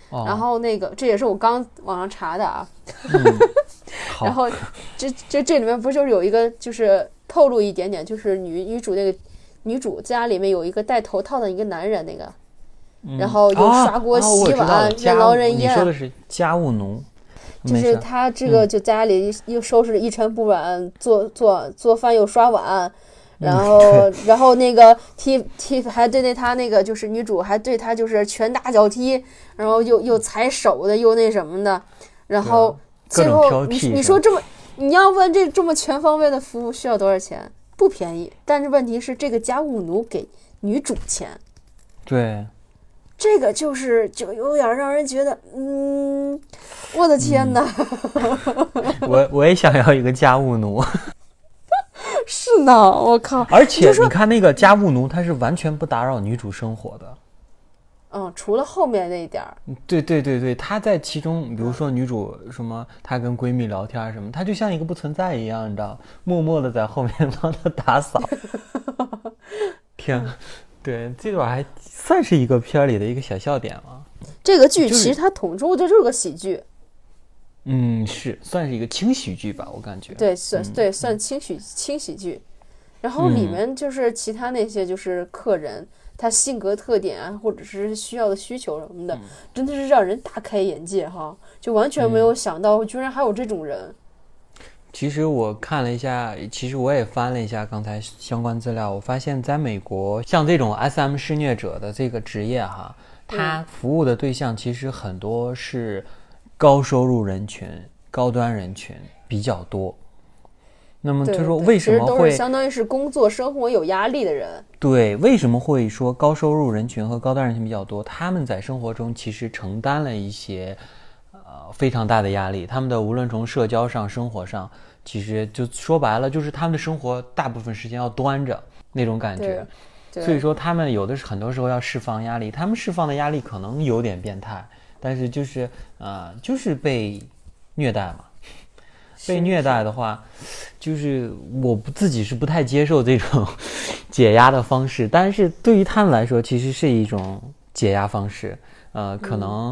[SPEAKER 2] 然后那个这也是我刚网上查的啊。然后这里面不就是有一个就是透露一点点，就是女主那个女主家里面有一个戴头套的一个男人那个，然后又刷锅洗碗、任劳任怨。
[SPEAKER 1] 你说的是家务奴，
[SPEAKER 2] 就是他这个就家里又收拾一尘不染，做饭又刷碗。然后那个踢还对他那个就是女主还对他就是拳打脚踢，然后又踩手的又那什么的，然后最后你说你要问这么全方位的服务需要多少钱？不便宜。但是问题是这个家务奴给女主钱，
[SPEAKER 1] 对，
[SPEAKER 2] 这个就有点让人觉得我的天哪。
[SPEAKER 1] 我也想要一个家务奴。
[SPEAKER 2] 是呢，我靠！
[SPEAKER 1] 而且你看那个家务奴，他是完全不打扰女主生活的。
[SPEAKER 2] 除了后面那一点儿。
[SPEAKER 1] 对，他在其中，比如说女主什么，她跟闺蜜聊天什么，她就像一个不存在一样，你知道，默默的在后面帮她打扫。天，对，这段还算是一个片里的一个小笑点嘛。
[SPEAKER 2] 这个剧其实它统称就是个喜剧。
[SPEAKER 1] 是算是一个轻喜剧吧，我感觉。
[SPEAKER 2] 对，算轻喜剧。然后里面就是其他那些就是客人，他性格特点啊，或者是需要的需求什么的，真的是让人大开眼界哈！就完全没有想到，居然还有这种人。
[SPEAKER 1] 其实我看了一下，其实我也翻了一下刚才相关资料，我发现在美国，像这种 SM 施虐者的这个职业哈，他服务的对象其实很多是高收入人群、高端人群比较多。那么就说为什么会，
[SPEAKER 2] 其实都是相当于是工作生活有压力的人。
[SPEAKER 1] 对，为什么会说高收入人群和高端人群比较多？他们在生活中其实承担了一些非常大的压力，他们的无论从社交上、生活上，其实就说白了，就是他们的生活大部分时间要端着那种感觉。所以说他们有的是很多时候要释放压力，他们释放的压力可能有点变态，但是就是被虐待嘛。被虐待的话，就是我自己是不太接受这种解压的方式，但是对于他们来说，其实是一种解压方式。可能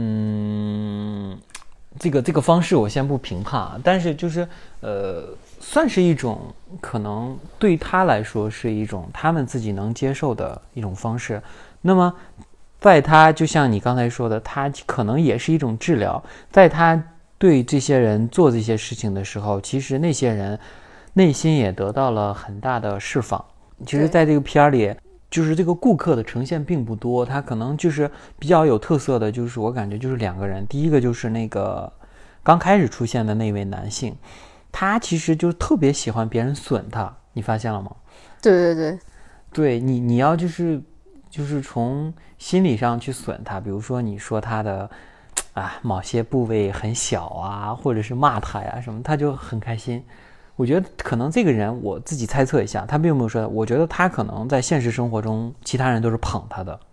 [SPEAKER 1] 这个方式我先不评判，但是就是算是一种可能对他来说是一种他们自己能接受的一种方式。那么在他就像你刚才说的，他可能也是一种治疗，在他对这些人做这些事情的时候，其实那些人内心也得到了很大的释放。其实在这个片里，就是这个顾客的呈现并不多，他可能就是比较有特色的，就是我感觉就是两个人。第一个就是那个刚开始出现的那位男性，他其实就特别喜欢别人损他，你发现了吗？对，你要就是从心理上去损他，比如说你说他的某些部位很小啊，或者是骂他呀什么，他就很开心。我觉得可能这个人，我自己猜测一下，他并没有说，我觉得他可能在现实生活中，其他人都是捧他的。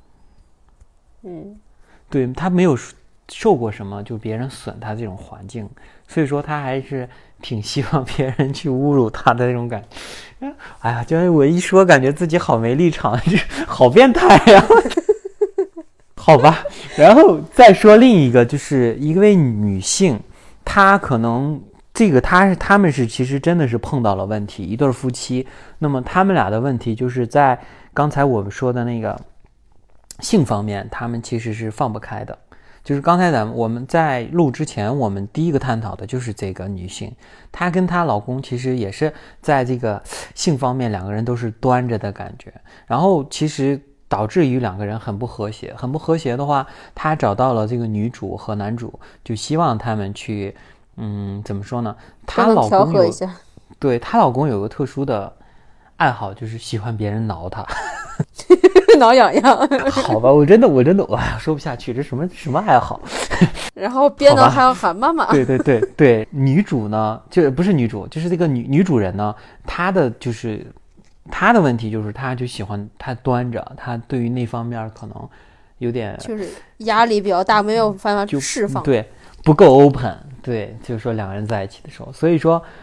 [SPEAKER 1] 对，他没有受过什么就别人损他这种环境，所以说他还是挺希望别人去侮辱他的那种感觉。哎呀，就是我一说，感觉自己好没立场，好变态呀。好吧，然后再说另一个，就是一位女性，她可能他们是其实真的是碰到了问题，一对夫妻，那么他们俩的问题就是在刚才我们说的那个性方面，他们其实是放不开的。就是刚才我们在录之前，我们第一个探讨的就是这个女性，她跟她老公其实也是在这个性方面两个人都是端着的感觉，然后其实导致于两个人很不和谐的话，他找到了这个女主和男主，就希望他们去怎么说呢，她老公有个特殊的爱好，就是喜欢别人挠他。
[SPEAKER 2] 挠痒痒。
[SPEAKER 1] 好吧，我真的说不下去，这什么爱好。
[SPEAKER 2] 然后边挠还要喊妈妈。
[SPEAKER 1] 对，女主呢，就不是女主，就是这个女主人呢，她的问题就是她就喜欢她端着，她对于那方面可能有点
[SPEAKER 2] 就是压力比较大，没有办法去释放，
[SPEAKER 1] 对，不够 open， 对，就是说两个人在一起的时候，所以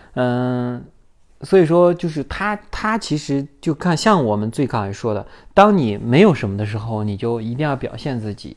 [SPEAKER 1] 说就是他其实就看像我们最开始说的，当你没有什么的时候，你就一定要表现自己，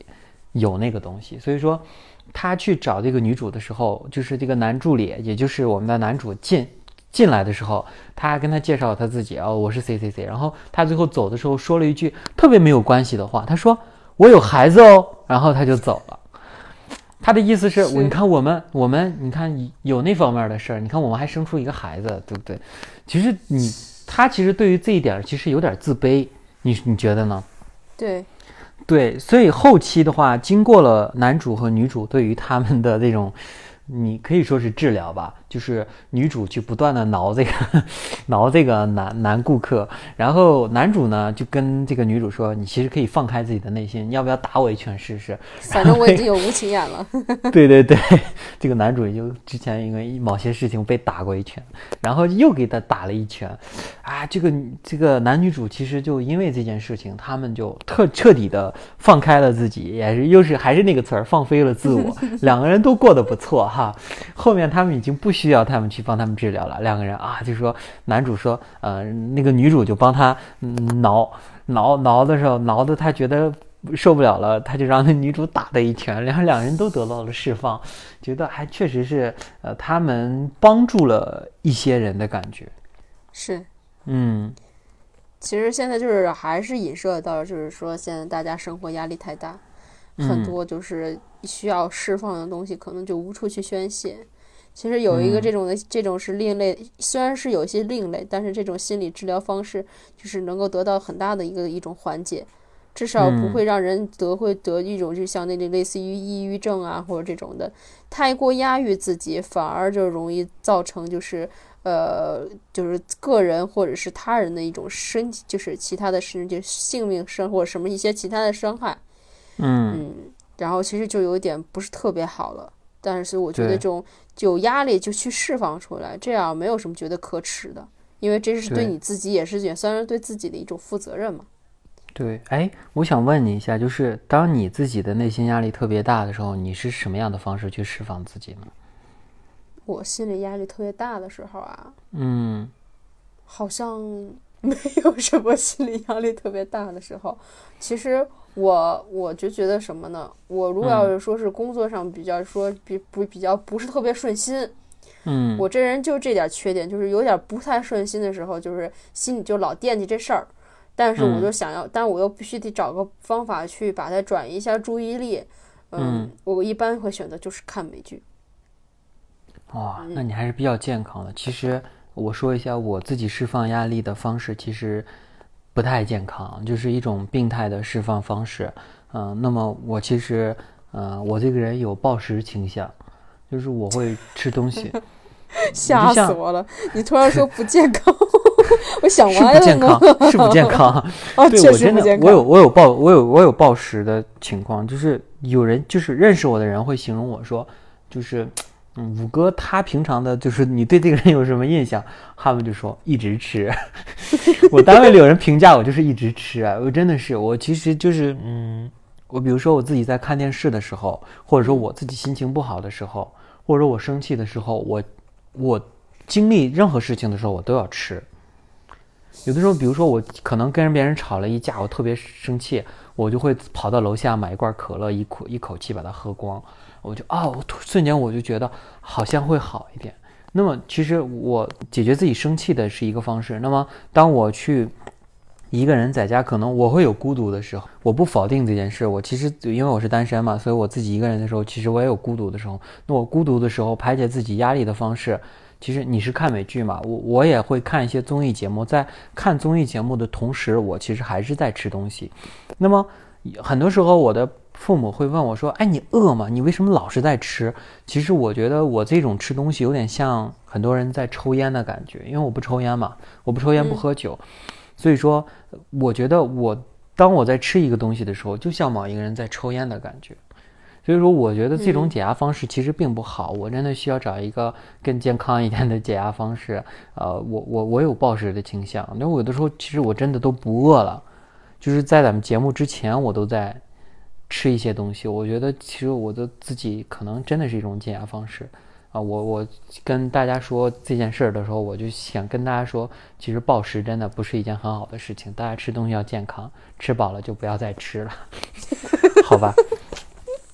[SPEAKER 1] 有那个东西。所以说他去找这个女主的时候，就是这个男助理，也就是我们的男主进来的时候，他跟他介绍他自己，我是 CCC， 然后他最后走的时候说了一句特别没有关系的话，他说我有孩子哦，然后他就走了。他的意思是你看我们你看有那方面的事儿，你看我们还生出一个孩子，对不对？其实他其实对于这一点其实有点自卑，你觉得呢？对，所以后期的话，经过了男主和女主对于他们的这种，你可以说是治疗吧，就是女主去不断的挠这个男顾客，然后男主呢就跟这个女主说，你其实可以放开自己的内心，你要不要打我一拳试试？
[SPEAKER 2] 反正我已经有无情眼了。
[SPEAKER 1] 对，这个男主也就之前因为某些事情被打过一拳，然后又给他打了一拳啊。这个男女主其实就因为这件事情，他们就彻底的放开了自己，还是那个词儿，放飞了自我。两个人都过得不错哈。后面他们已经不需要他们去帮他们治疗了，两个人就说男主说那个女主就帮他挠的时候，挠的他觉得受不了了，他就让那女主打他一拳，然后两人都得到了释放，觉得还确实是他们帮助了一些人的感觉。
[SPEAKER 2] 是其实现在就是还是影射到，就是说现在大家生活压力太大，很多就是需要释放的东西可能就无处去宣泄。其实有一个这种是另类，虽然是有些另类，但是这种心理治疗方式就是能够得到很大的一种缓解，至少不会让人会得一种就像那类似于抑郁症啊或者这种的太过压抑自己，反而就容易造成就是个人或者是他人的一种就是其他的就性命生或者什么一些其他的伤害。然后其实就有一点不是特别好了，但是我觉得这种有压力就去释放出来，这样没有什么觉得可耻的，因为这是对你自己也算是对自己的一种负责任嘛。
[SPEAKER 1] 对，我想问你一下，就是当你自己的内心压力特别大的时候，你是什么样的方式去释放自己呢？
[SPEAKER 2] 我心理压力特别大的时候好像没有什么心理压力特别大的时候。其实我就觉得什么呢？我如果要是说是工作上比较不是特别顺心，我这人就这点缺点，就是有点不太顺心的时候，就是心里就老惦记这事儿。但是我就想要，但我又必须得找个方法去把它转移一下注意力。我一般会选择就是看美剧。
[SPEAKER 1] 哇，那你还是比较健康的。其实我说一下我自己释放压力的方式，其实不太健康，就是一种病态的释放方式。那么我其实我这个人有暴食倾向，就是我会吃东西。
[SPEAKER 2] 吓死我了！你突然说不健康，我想歪了呢。
[SPEAKER 1] 是不健康。对，我真的我有暴食的情况，就是有人就是认识我的人会形容我说，就是五哥他平常的就是你对这个人有什么印象？他们就说一直吃。我单位里有人评价我就是一直吃我真的是我其实就是我比如说我自己在看电视的时候，或者说我自己心情不好的时候，或者说我生气的时候，我经历任何事情的时候我都要吃。有的时候比如说我可能跟别人吵了一架，我特别生气，我就会跑到楼下买一罐可乐，一口气把它喝光，我就瞬间我就觉得好像会好一点。那么其实我解决自己生气的是一个方式。那么当我去一个人在家，可能我会有孤独的时候，我不否定这件事。我其实因为我是单身嘛，所以我自己一个人的时候，其实我也有孤独的时候。那我孤独的时候排解自己压力的方式，其实你是看美剧嘛，我也会看一些综艺节目。在看综艺节目的同时，我其实还是在吃东西。那么很多时候我的父母会问我说，你饿吗？你为什么老是在吃？其实我觉得我这种吃东西有点像很多人在抽烟的感觉，因为我不抽烟嘛，我不抽烟不喝酒。所以说我觉得当我在吃一个东西的时候，就像某一个人在抽烟的感觉。所以说我觉得这种解压方式其实并不好，我真的需要找一个更健康一点的解压方式。我有暴食的倾向，那我有的时候其实我真的都不饿了，就是在咱们节目之前我都在吃一些东西。我觉得其实我的自己可能真的是一种解压方式。我跟大家说这件事的时候，我就想跟大家说，其实暴食真的不是一件很好的事情，大家吃东西要健康，吃饱了就不要再吃了。好吧。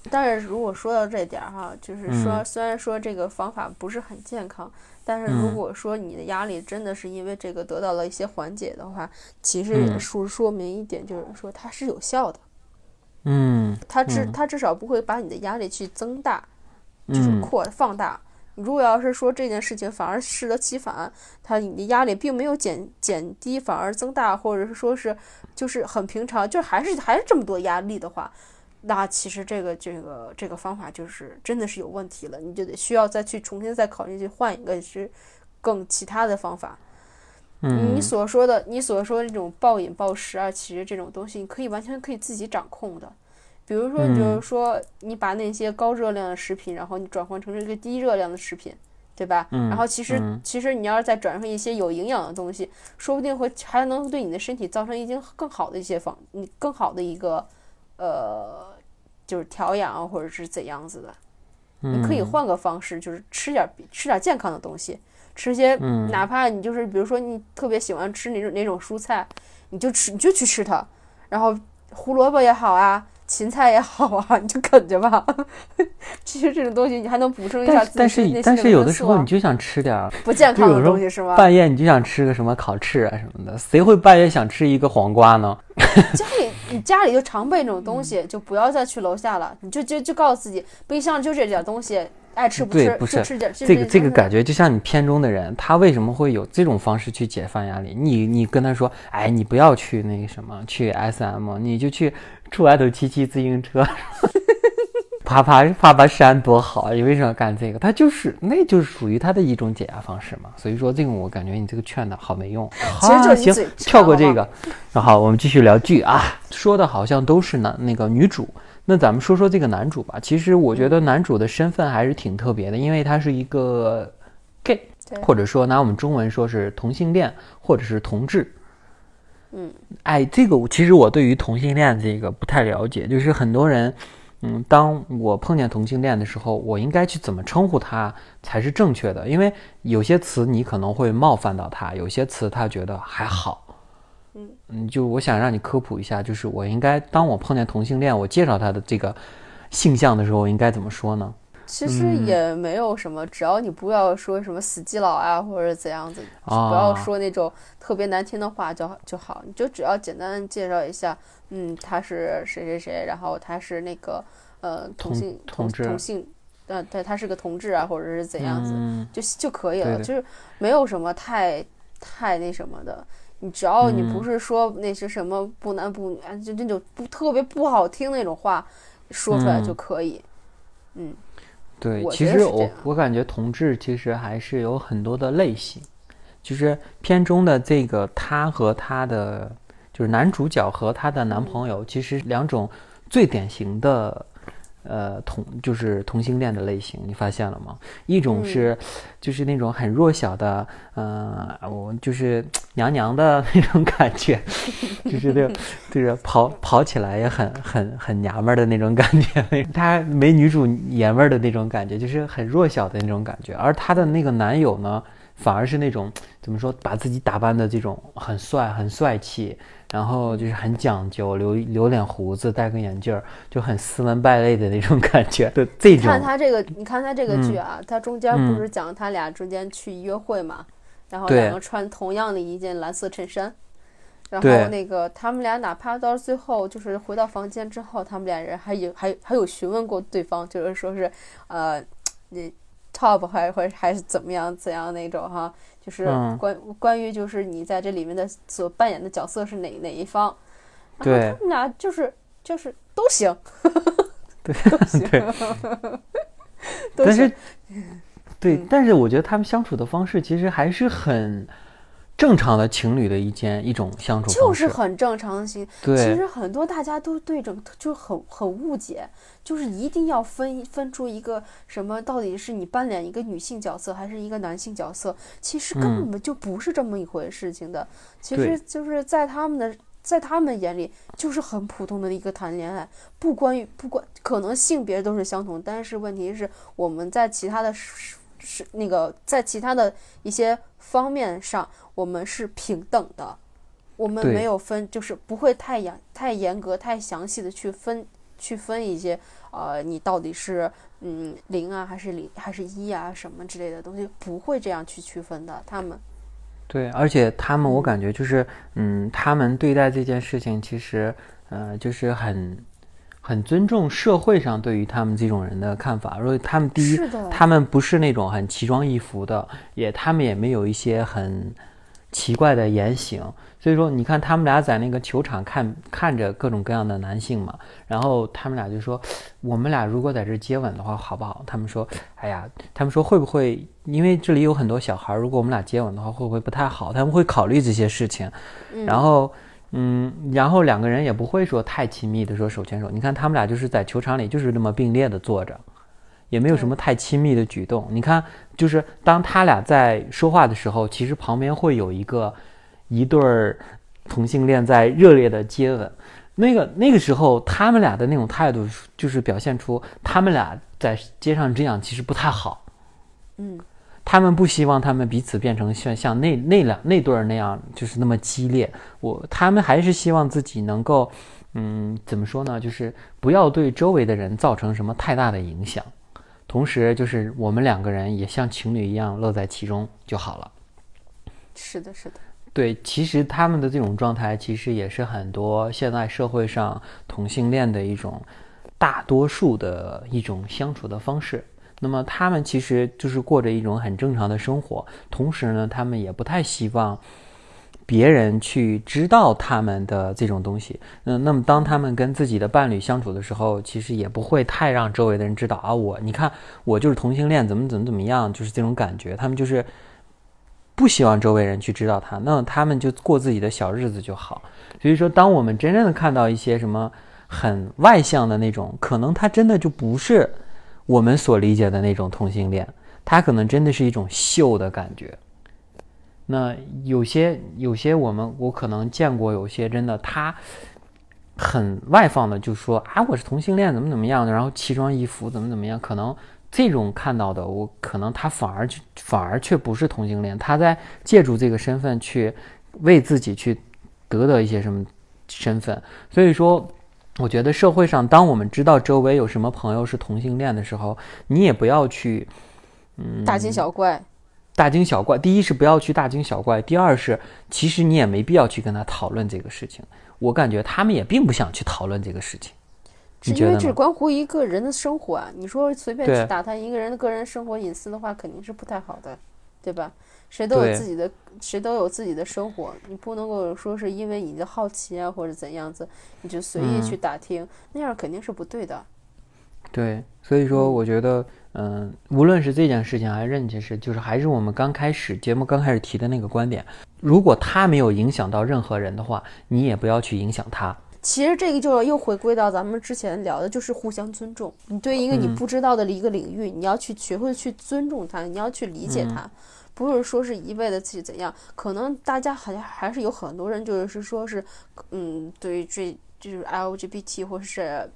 [SPEAKER 2] 但是如果说到这点哈，就是说虽然说这个方法不是很健康，但是如果说你的压力真的是因为这个得到了一些缓解的话，其实也说明一点，就是说它是有效的。它至少不会把你的压力去增大，就是放大。如果要是说这件事情反而适得其反，你的压力并没有减低，反而增大，或者是说是就是很平常，就还是这么多压力的话，那其实这个方法就是真的是有问题了，你就得需要重新再考虑去换一个是更其他的方法。你所说的这种暴饮暴食啊，其实这种东西你完全可以自己掌控的。比如说，就是说，你把那些高热量的食品，然后你转换成这个低热量的食品，对吧？然后其实你要是再转换一些有营养的东西，说不定还能对你的身体造成更好的一个就是调养或者是怎样子的。你可以换个方式，就是吃点健康的东西，吃些哪怕你就是比如说你特别喜欢吃哪种蔬菜，你就去吃它，然后胡萝卜也好啊。芹菜也好啊，你就啃着吧。其实这种东西你还能补充一下自己
[SPEAKER 1] 但是有的时候你就想吃点
[SPEAKER 2] 不健康的东西是吗？
[SPEAKER 1] 半夜你就想吃个什么烤翅啊什么的，谁会半夜想吃一个黄瓜呢？
[SPEAKER 2] 你家里就常备这种东西，就不要再去楼下了。你就告诉自己，冰箱就这点东西，爱吃不吃，
[SPEAKER 1] 对，不是
[SPEAKER 2] 就吃点。
[SPEAKER 1] 这个感觉就像你片中的人，他为什么会有这种方式去解放压力？你跟他说，哎，你不要去那个什么，去 SM， 你就去出外头骑自行车，爬山多好！你为什么要干这个？那就是属于他的一种解压方式嘛。所以说这个我感觉你这个劝的好没用。
[SPEAKER 2] 其实就是
[SPEAKER 1] 行，跳过这个。然后我们继续聊剧啊，说的好像都是那个女主。那咱们说说这个男主吧。其实我觉得男主的身份还是挺特别的，因为他是一个 gay， 或者说拿我们中文说是同性恋，或者是同志。这个其实我对于同性恋这个不太了解，就是很多人，当我碰见同性恋的时候，我应该去怎么称呼他才是正确的？因为有些词你可能会冒犯到他，有些词他觉得还好。就我想让你科普一下，就是当我碰见同性恋，我介绍他的这个性向的时候，我应该怎么说呢？
[SPEAKER 2] 其实也没有什么，只要你不要说什么死基佬啊，或者怎样子，不要说那种特别难听的话就好，你就只要简单介绍一下，他是谁谁谁，然后他是那个同性，对，他是个同志啊，或者是怎样子，就可以了，就是没有什么太那什么的。你只要你不是说那些什么不男不女，就那种特别不好听那种话说出来就可以。
[SPEAKER 1] 对，其实我感觉同志其实还是有很多的类型，就是片中的这个他和他的就是男主角和他的男朋友，其实两种最典型的就是同性恋的类型，你发现了吗？一种是就是那种很弱小的我就是娘娘的那种感觉，就是跑起来也很娘们的那种感觉，他没女主爷们的那种感觉，就是很弱小的那种感觉。而他的那个男友呢，反而是那种怎么说，把自己打扮的这种很帅气，然后就是很讲究，留脸胡子，戴个眼镜，就很斯文败类的那种感觉的这种。
[SPEAKER 2] 你看他这个剧啊，他中间不是讲他俩中间去约会嘛，然后两个穿同样的一件蓝色衬衫，然后那个他们俩哪怕到最后就是回到房间之后，他们俩人还有询问过对方，就是说是你 top 还是怎样那种哈。就是关于就是你在这里面的所扮演的角色是哪一方，
[SPEAKER 1] 对，
[SPEAKER 2] 然后他们俩就是都行，
[SPEAKER 1] 对，
[SPEAKER 2] 都行，
[SPEAKER 1] 对，但是我觉得他们相处的方式其实还是很正常的情侣的一种相处方式，
[SPEAKER 2] 就是很正常的
[SPEAKER 1] 对，
[SPEAKER 2] 其实很多大家都对这个就很误解，就是一定要分出一个什么，到底是你扮演一个女性角色还是一个男性角色，其实根本就不是这么一回事情的。其实就是在他们眼里就是很普通的一个谈恋爱，不管可能性别都是相同，但是问题是我们在其他的在其他的一些方面上我们是平等的，我们没有分，就是不会太严格太详细的去分区分一些你到底是0啊还是1啊什么之类的东西，不会这样去区分的。他们
[SPEAKER 1] 对，而且他们我感觉就是他们对待这件事情其实就是很尊重社会上对于他们这种人的看法。如果他们第一，他们不是那种很奇装异服的，他们也没有一些很奇怪的言行。所以说你看他们俩在那个球场看着各种各样的男性嘛，然后他们俩就说我们俩如果在这接吻的话好不好，他们说哎呀，他们说会不会因为这里有很多小孩，如果我们俩接吻的话会不会不太好，他们会考虑这些事情。然后两个人也不会说太亲密的说手牵手，你看他们俩就是在球场里就是这么并列的坐着，也没有什么太亲密的举动。你看就是当他俩在说话的时候，其实旁边会有一对同性恋在热烈的接吻，那个时候他们俩的那种态度就是表现出他们俩在街上这样其实不太好。他们不希望他们彼此变成像那对那样就是那么激烈，他们还是希望自己能够怎么说呢，就是不要对周围的人造成什么太大的影响，同时就是我们两个人也像情侣一样乐在其中就好了。
[SPEAKER 2] 是的
[SPEAKER 1] 对，其实他们的这种状态其实也是很多现在社会上同性恋的一种大多数的一种相处的方式。那么他们其实就是过着一种很正常的生活，同时呢他们也不太希望别人去知道他们的这种东西。那么当他们跟自己的伴侣相处的时候，其实也不会太让周围的人知道你看我就是同性恋怎么样，就是这种感觉。他们就是不希望周围人去知道那他们就过自己的小日子就好。所以说当我们真正的看到一些什么很外向的那种，可能他真的就不是我们所理解的那种同性恋，他可能真的是一种秀的感觉。那有些我可能见过，有些真的他很外放的就说我是同性恋怎么样的，然后奇装异服怎么样，可能这种看到的我可能他反而却不是同性恋，他在借助这个身份去为自己去得一些什么身份。所以说我觉得社会上当我们知道周围有什么朋友是同性恋的时候，你也不要去
[SPEAKER 2] 大惊小怪。
[SPEAKER 1] 第一是不要去大惊小怪，第二是其实你也没必要去跟他讨论这个事情。我感觉他们也并不想去讨论这个事情。
[SPEAKER 2] 因为这关乎一个人的生活啊，你说随便去打探一个人的个人生活隐私的话，肯定是不太好的，对吧？谁都有自己的生活，你不能够说是因为你的好奇啊或者怎样子，你就随意去打听，那样肯定是不对的。
[SPEAKER 1] 对，所以说我觉得无论是这件事情还是任何事，就是还是我们节目刚开始提的那个观点，如果他没有影响到任何人的话，你也不要去影响他。
[SPEAKER 2] 其实这个就又回归到咱们之前聊的，就是互相尊重。你对一个你不知道的一个领域，你要去学会去尊重它，你要去理解它，不是说是一味的去怎样。可能大家还是有很多人就是说是对于就是 LGBT 或者是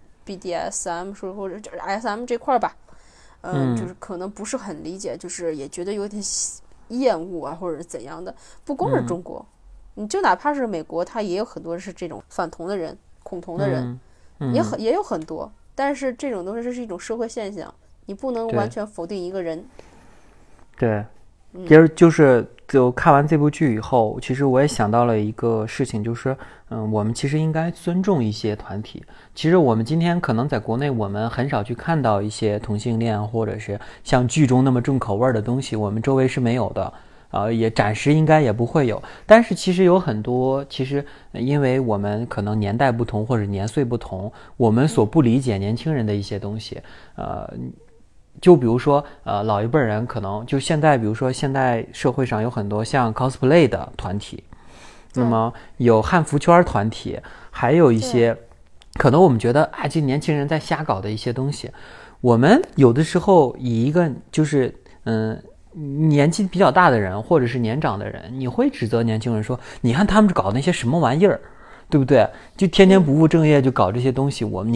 [SPEAKER 2] BDSM 说或者就是 SM 这块吧，就是可能不是很理解，就是也觉得有点厌恶啊或者怎样的。不光是中国，你就哪怕是美国，他也有很多是这种反同的人、恐同的人，也有很多。但是这种东西是一种社会现象，你不能完全否定一个人。
[SPEAKER 1] 对，就看完这部剧以后，其实我也想到了一个事情，就是我们其实应该尊重一些团体。其实我们今天可能在国内，我们很少去看到一些同性恋或者是像剧中那么重口味的东西，我们周围是没有的。也暂时应该也不会有，但是其实有很多，其实因为我们可能年代不同或者年岁不同，我们所不理解年轻人的一些东西，就比如说老一辈人可能就现在，比如说现在社会上有很多像 cosplay 的团体，那么有汉服圈团体，还有一些可能我们觉得这年轻人在瞎搞的一些东西，我们有的时候以一个就是年纪比较大的人或者是年长的人，你会指责年轻人说你看他们搞那些什么玩意儿，对不对？就天天不务正业就搞这些东西，你看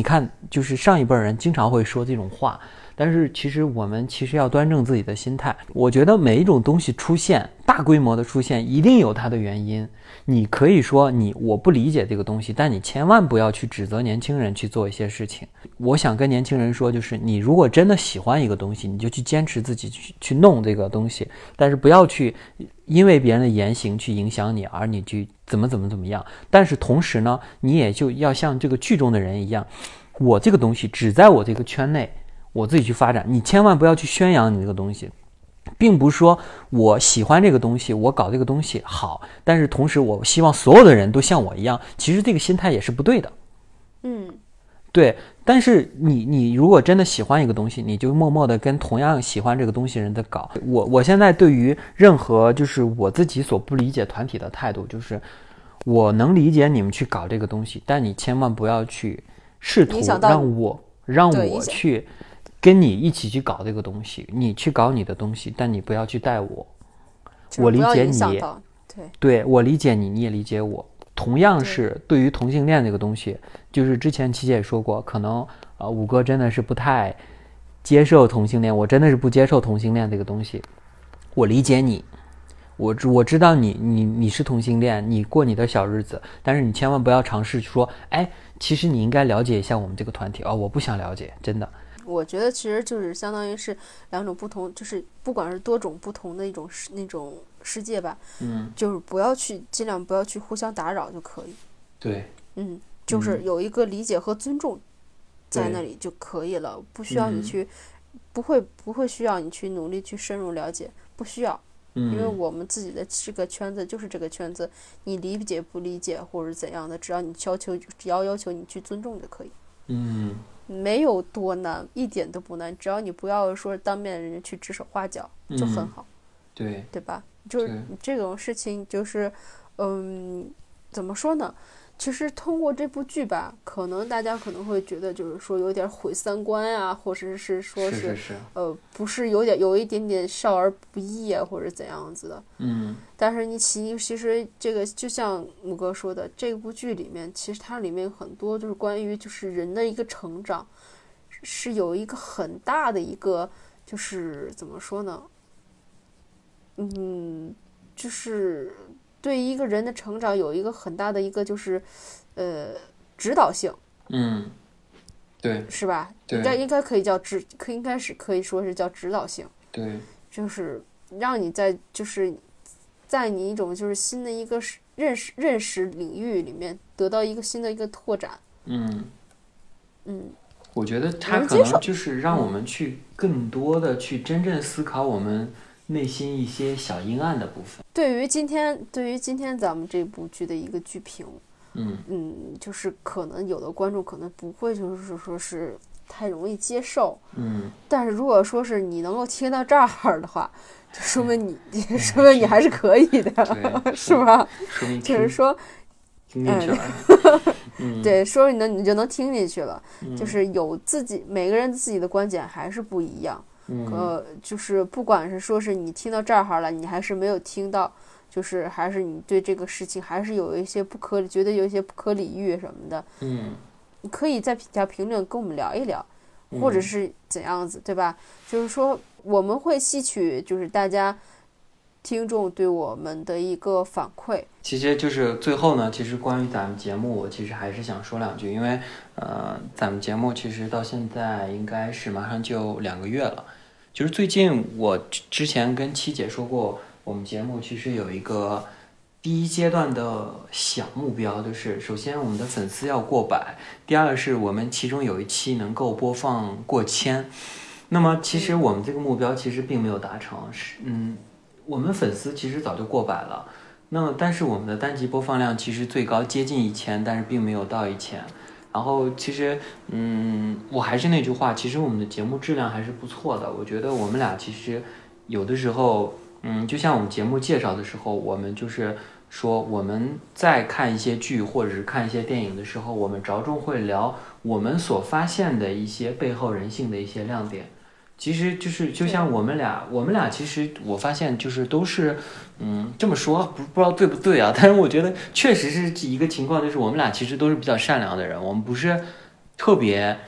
[SPEAKER 1] 就是上一辈人经常会说这种话，但是其实我们要端正自己的心态。我觉得每一种东西出现，大规模的出现，一定有它的原因。你可以说我不理解这个东西，但你千万不要去指责年轻人去做一些事情。我想跟年轻人说，就是你如果真的喜欢一个东西，你就去坚持自己去弄这个东西，但是不要去因为别人的言行去影响你，而你去怎么样。但是同时呢，你也就要像这个剧中的人一样，我这个东西只在我这个圈内，我自己去发展，你千万不要去宣扬你这个东西，并不是说我喜欢这个东西，我搞这个东西好，但是同时我希望所有的人都像我一样，其实这个心态也是不对的。对。但是你如果真的喜欢一个东西，你就默默的跟同样喜欢这个东西人的搞。我现在对于任何就是我自己所不理解团体的态度，就是我能理解你们去搞这个东西，但你千万不要去试图让我去跟你一起去搞这个东西，你去搞你的东西，但你不要去带我。我理解你，对，我理解你，你也理解我。同样是对于同性恋这个东西，就是之前琪姐也说过，可能五哥真的是不太接受同性恋，我真的是不接受同性恋这个东西。我理解你，我知道你是同性恋，你过你的小日子，但是你千万不要尝试说，哎，其实你应该了解一下我们这个团体。我不想了解，真的。
[SPEAKER 2] 我觉得其实就是相当于是两种不同，就是不管是多种不同的一种那种世界吧，就是尽量不要去互相打扰就可以。
[SPEAKER 1] 对，
[SPEAKER 2] 就是有一个理解和尊重在那里就可以了，不需要你去，不会需要你去努力去深入了解，不需要。因为我们自己的这个圈子就是这个圈子，你理解不理解或者怎样的，只要你要求你去尊重就可以。没有多难，一点都不难，只要你不要说当面人去指手画脚就很好。对吧？就是这种事情就是怎么说呢，其实通过这部剧吧，可能大家可能会觉得就是说有点毁三观啊，或者是说是不是有一点点少儿不宜啊，或者怎样子的。但是其实这个就像五哥说的，这部剧里面其实它里面很多就是关于就是人的一个成长，是有一个很大的一个就是怎么说呢，就是对一个人的成长有一个很大的一个就是指导性。
[SPEAKER 1] 对，
[SPEAKER 2] 是吧？
[SPEAKER 1] 对，
[SPEAKER 2] 应该可以叫应该是可以说是叫指导性。
[SPEAKER 1] 对，
[SPEAKER 2] 就是让你在你一种就是新的一个认识领域里面得到一个新的一个拓展。
[SPEAKER 1] 我觉得它可能就是让我们去更多的去真正思考我们内心一些小阴暗的部分。
[SPEAKER 2] 对于今天咱们这部剧的一个剧评，就是可能有的观众可能不会就是说是太容易接受，但是如果说是你能够听到这儿的话，就说明你还是可以的，是吧？就是说
[SPEAKER 1] 听进去了。
[SPEAKER 2] 对，说你就能听进去了，就是有每个人自己的观点还是不一样。就是不管是说是你听到这儿了，你还是没有听到，就是还是你对这个事情还是有一些觉得有一些不可理喻什么的，你可以在底下评论跟我们聊一聊，或者是怎样子，对吧？就是说我们会吸取就是大家听众对我们的一个反馈。
[SPEAKER 1] 其实就是最后呢，其实关于咱们节目，我其实还是想说两句，因为咱们节目其实到现在应该是马上就2个月了。就是最近我之前跟七姐说过，我们节目其实有一个第一阶段的小目标，就是首先我们的粉丝要过100，第二个是我们其中有一期能够播放过1000。那么其实我们这个目标其实并没有达成，我们粉丝其实早就过100了，那么但是我们的单集播放量其实最高接近1000，但是并没有到1000。然后其实我还是那句话，其实我们的节目质量还是不错的。我觉得我们俩其实有的时候就像我们节目介绍的时候，我们就是说我们在看一些剧或者是看一些电影的时候，我们着重会聊我们所发现的一些背后人性的一些亮点。其实就像我们俩其实我发现就是都是这么说不知道对不对啊，但是我觉得确实是一个情况，就是我们俩其实都是比较善良的人，我们不是特别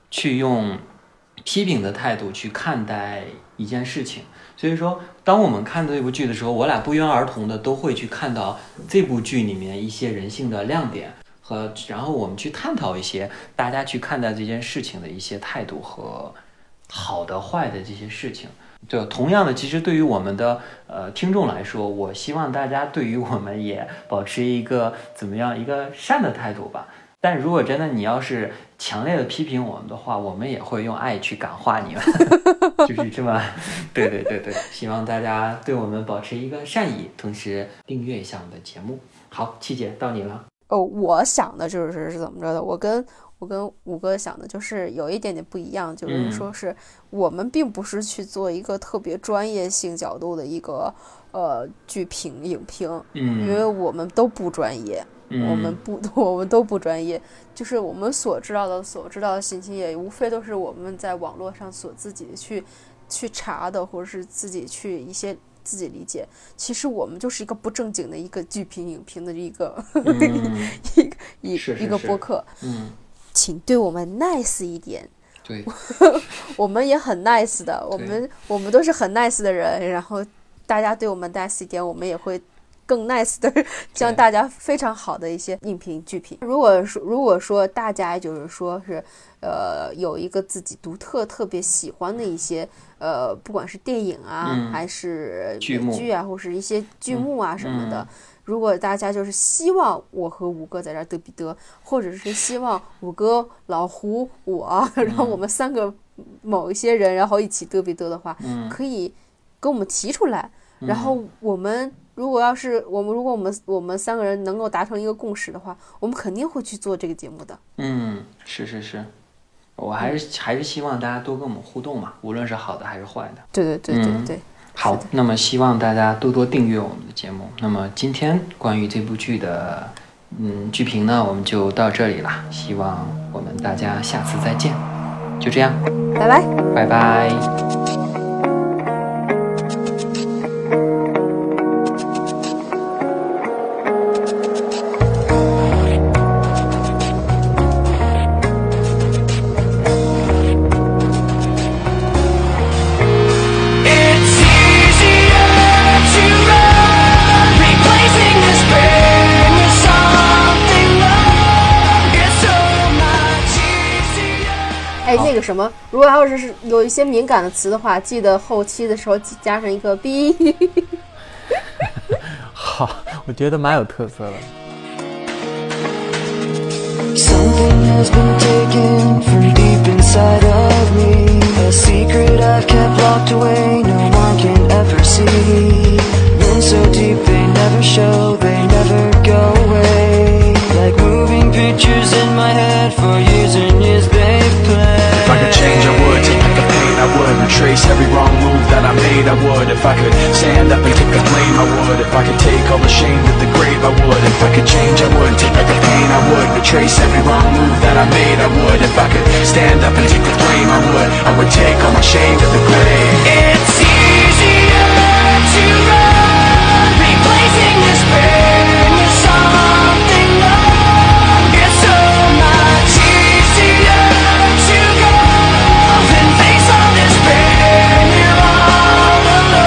[SPEAKER 1] 去用批评的态度去看待一件事情。所以说当我们看这部剧的时候，我俩不约而同的都会去看到这部剧里面一些人性的亮点，然后我们去探讨一些大家去看待这件事情的一些态度和好的坏的这些事情。对，同样的，其实对于我们的听众来说，我希望大家对于我们也保持一个怎么样一个善的态度吧。但如果真的你要是强烈的批评我们的话，我们也会用爱去感化你们。就是这么，对，希望大家对我们保持一个善意，同时订阅一下我们的节目。好，七姐到你了。
[SPEAKER 2] 我想的就是怎么着的，我跟五哥想的就是有一点点不一样，就是说是我们并不是去做一个特别专业性角度的一个剧评影评，因为我们都不专业。我们都不专业，就是我们所知道的信息也无非都是我们在网络上所自己去查的，或者是自己去一些自己理解。其实我们就是一个不正经的一个剧评影评的一个一个播客。请对我们 nice 一点。
[SPEAKER 1] 对，
[SPEAKER 2] 我们也很 nice 的，我们都是很 nice 的人，然后大家对我们 nice 一点，我们也会更 nice 的将大家非常好的一些影评剧评。如果说大家就是说是有一个自己独特特别喜欢的一些不管是电影啊，还是美剧啊，或是一些剧目啊什么的，如果大家就是希望我和五哥在这儿嘚比嘚，或者是希望五哥、老胡我，然后我们三个某一些人然后一起嘚比嘚的话，可以跟我们提出来，然后我们如果我们三个人能够达成一个共识的话，我们肯定会去做这个节目的。
[SPEAKER 1] 是，我还是希望大家多跟我们互动嘛，无论是好的还是坏的。
[SPEAKER 2] 对。
[SPEAKER 1] 好，那么希望大家多多订阅我们的节目。那么今天关于这部剧的剧评呢，我们就到这里了。希望我们大家下次再见，就这样，
[SPEAKER 2] 拜拜，
[SPEAKER 1] 拜拜。
[SPEAKER 2] 那个什么，如果要是有一些敏感的词的话，记得后期的时候加上一个 B。
[SPEAKER 1] 好，我觉得蛮有特色的。
[SPEAKER 3] Something has been taken from deep inside of me, a secret I've kept locked away, no one can ever see. In so deep they never show, they never go away. Like moving pictures in my head, for years and years they've played.
[SPEAKER 4] If I could change, I would. Take back the pain, I would. Retrace every wrong move that I made, I would. If I could stand up and take the blame, I would. If I could take all the shame to the grave, I would. If I could change, I would. Take back the pain, I would. Retrace every wrong move that I made, I would. If I could stand up and take the blame, I would. I would take all my shame to the grave. It's easier to run, replacing this pain with something new. It's so much easier to go than face all this pain. You're all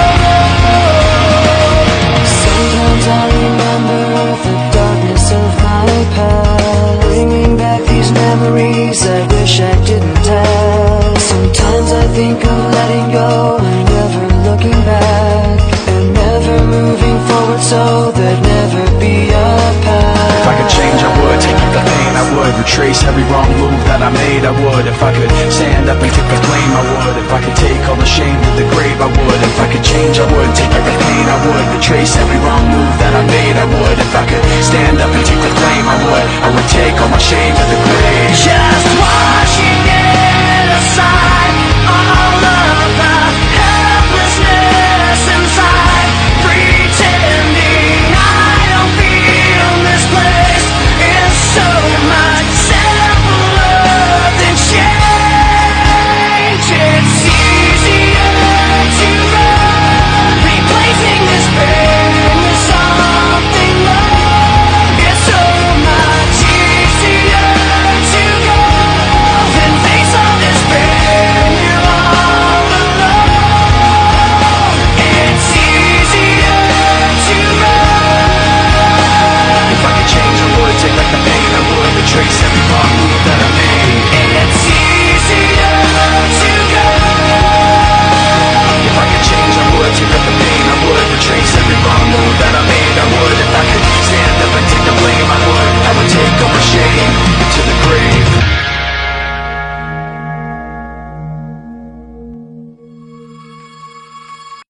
[SPEAKER 4] alone. Sometimes I remember the darkness of my past, bringing back these memories I wish I didn't have. Sometimes I think of letting go and never looking back, and never moving forward so there'd never be a path. If I could change, I would. Take back the pain, I would. Retrace every wrong move that I made, I would. If I could stand up and take the blame, I would. If I could take all the shame to the grave, I would. If I could change, I would. Take back the pain, I would. Retrace every wrong move that I made, I would. If I could stand up and take the blame, I would. I would take all my shame to the grave. Just watch it.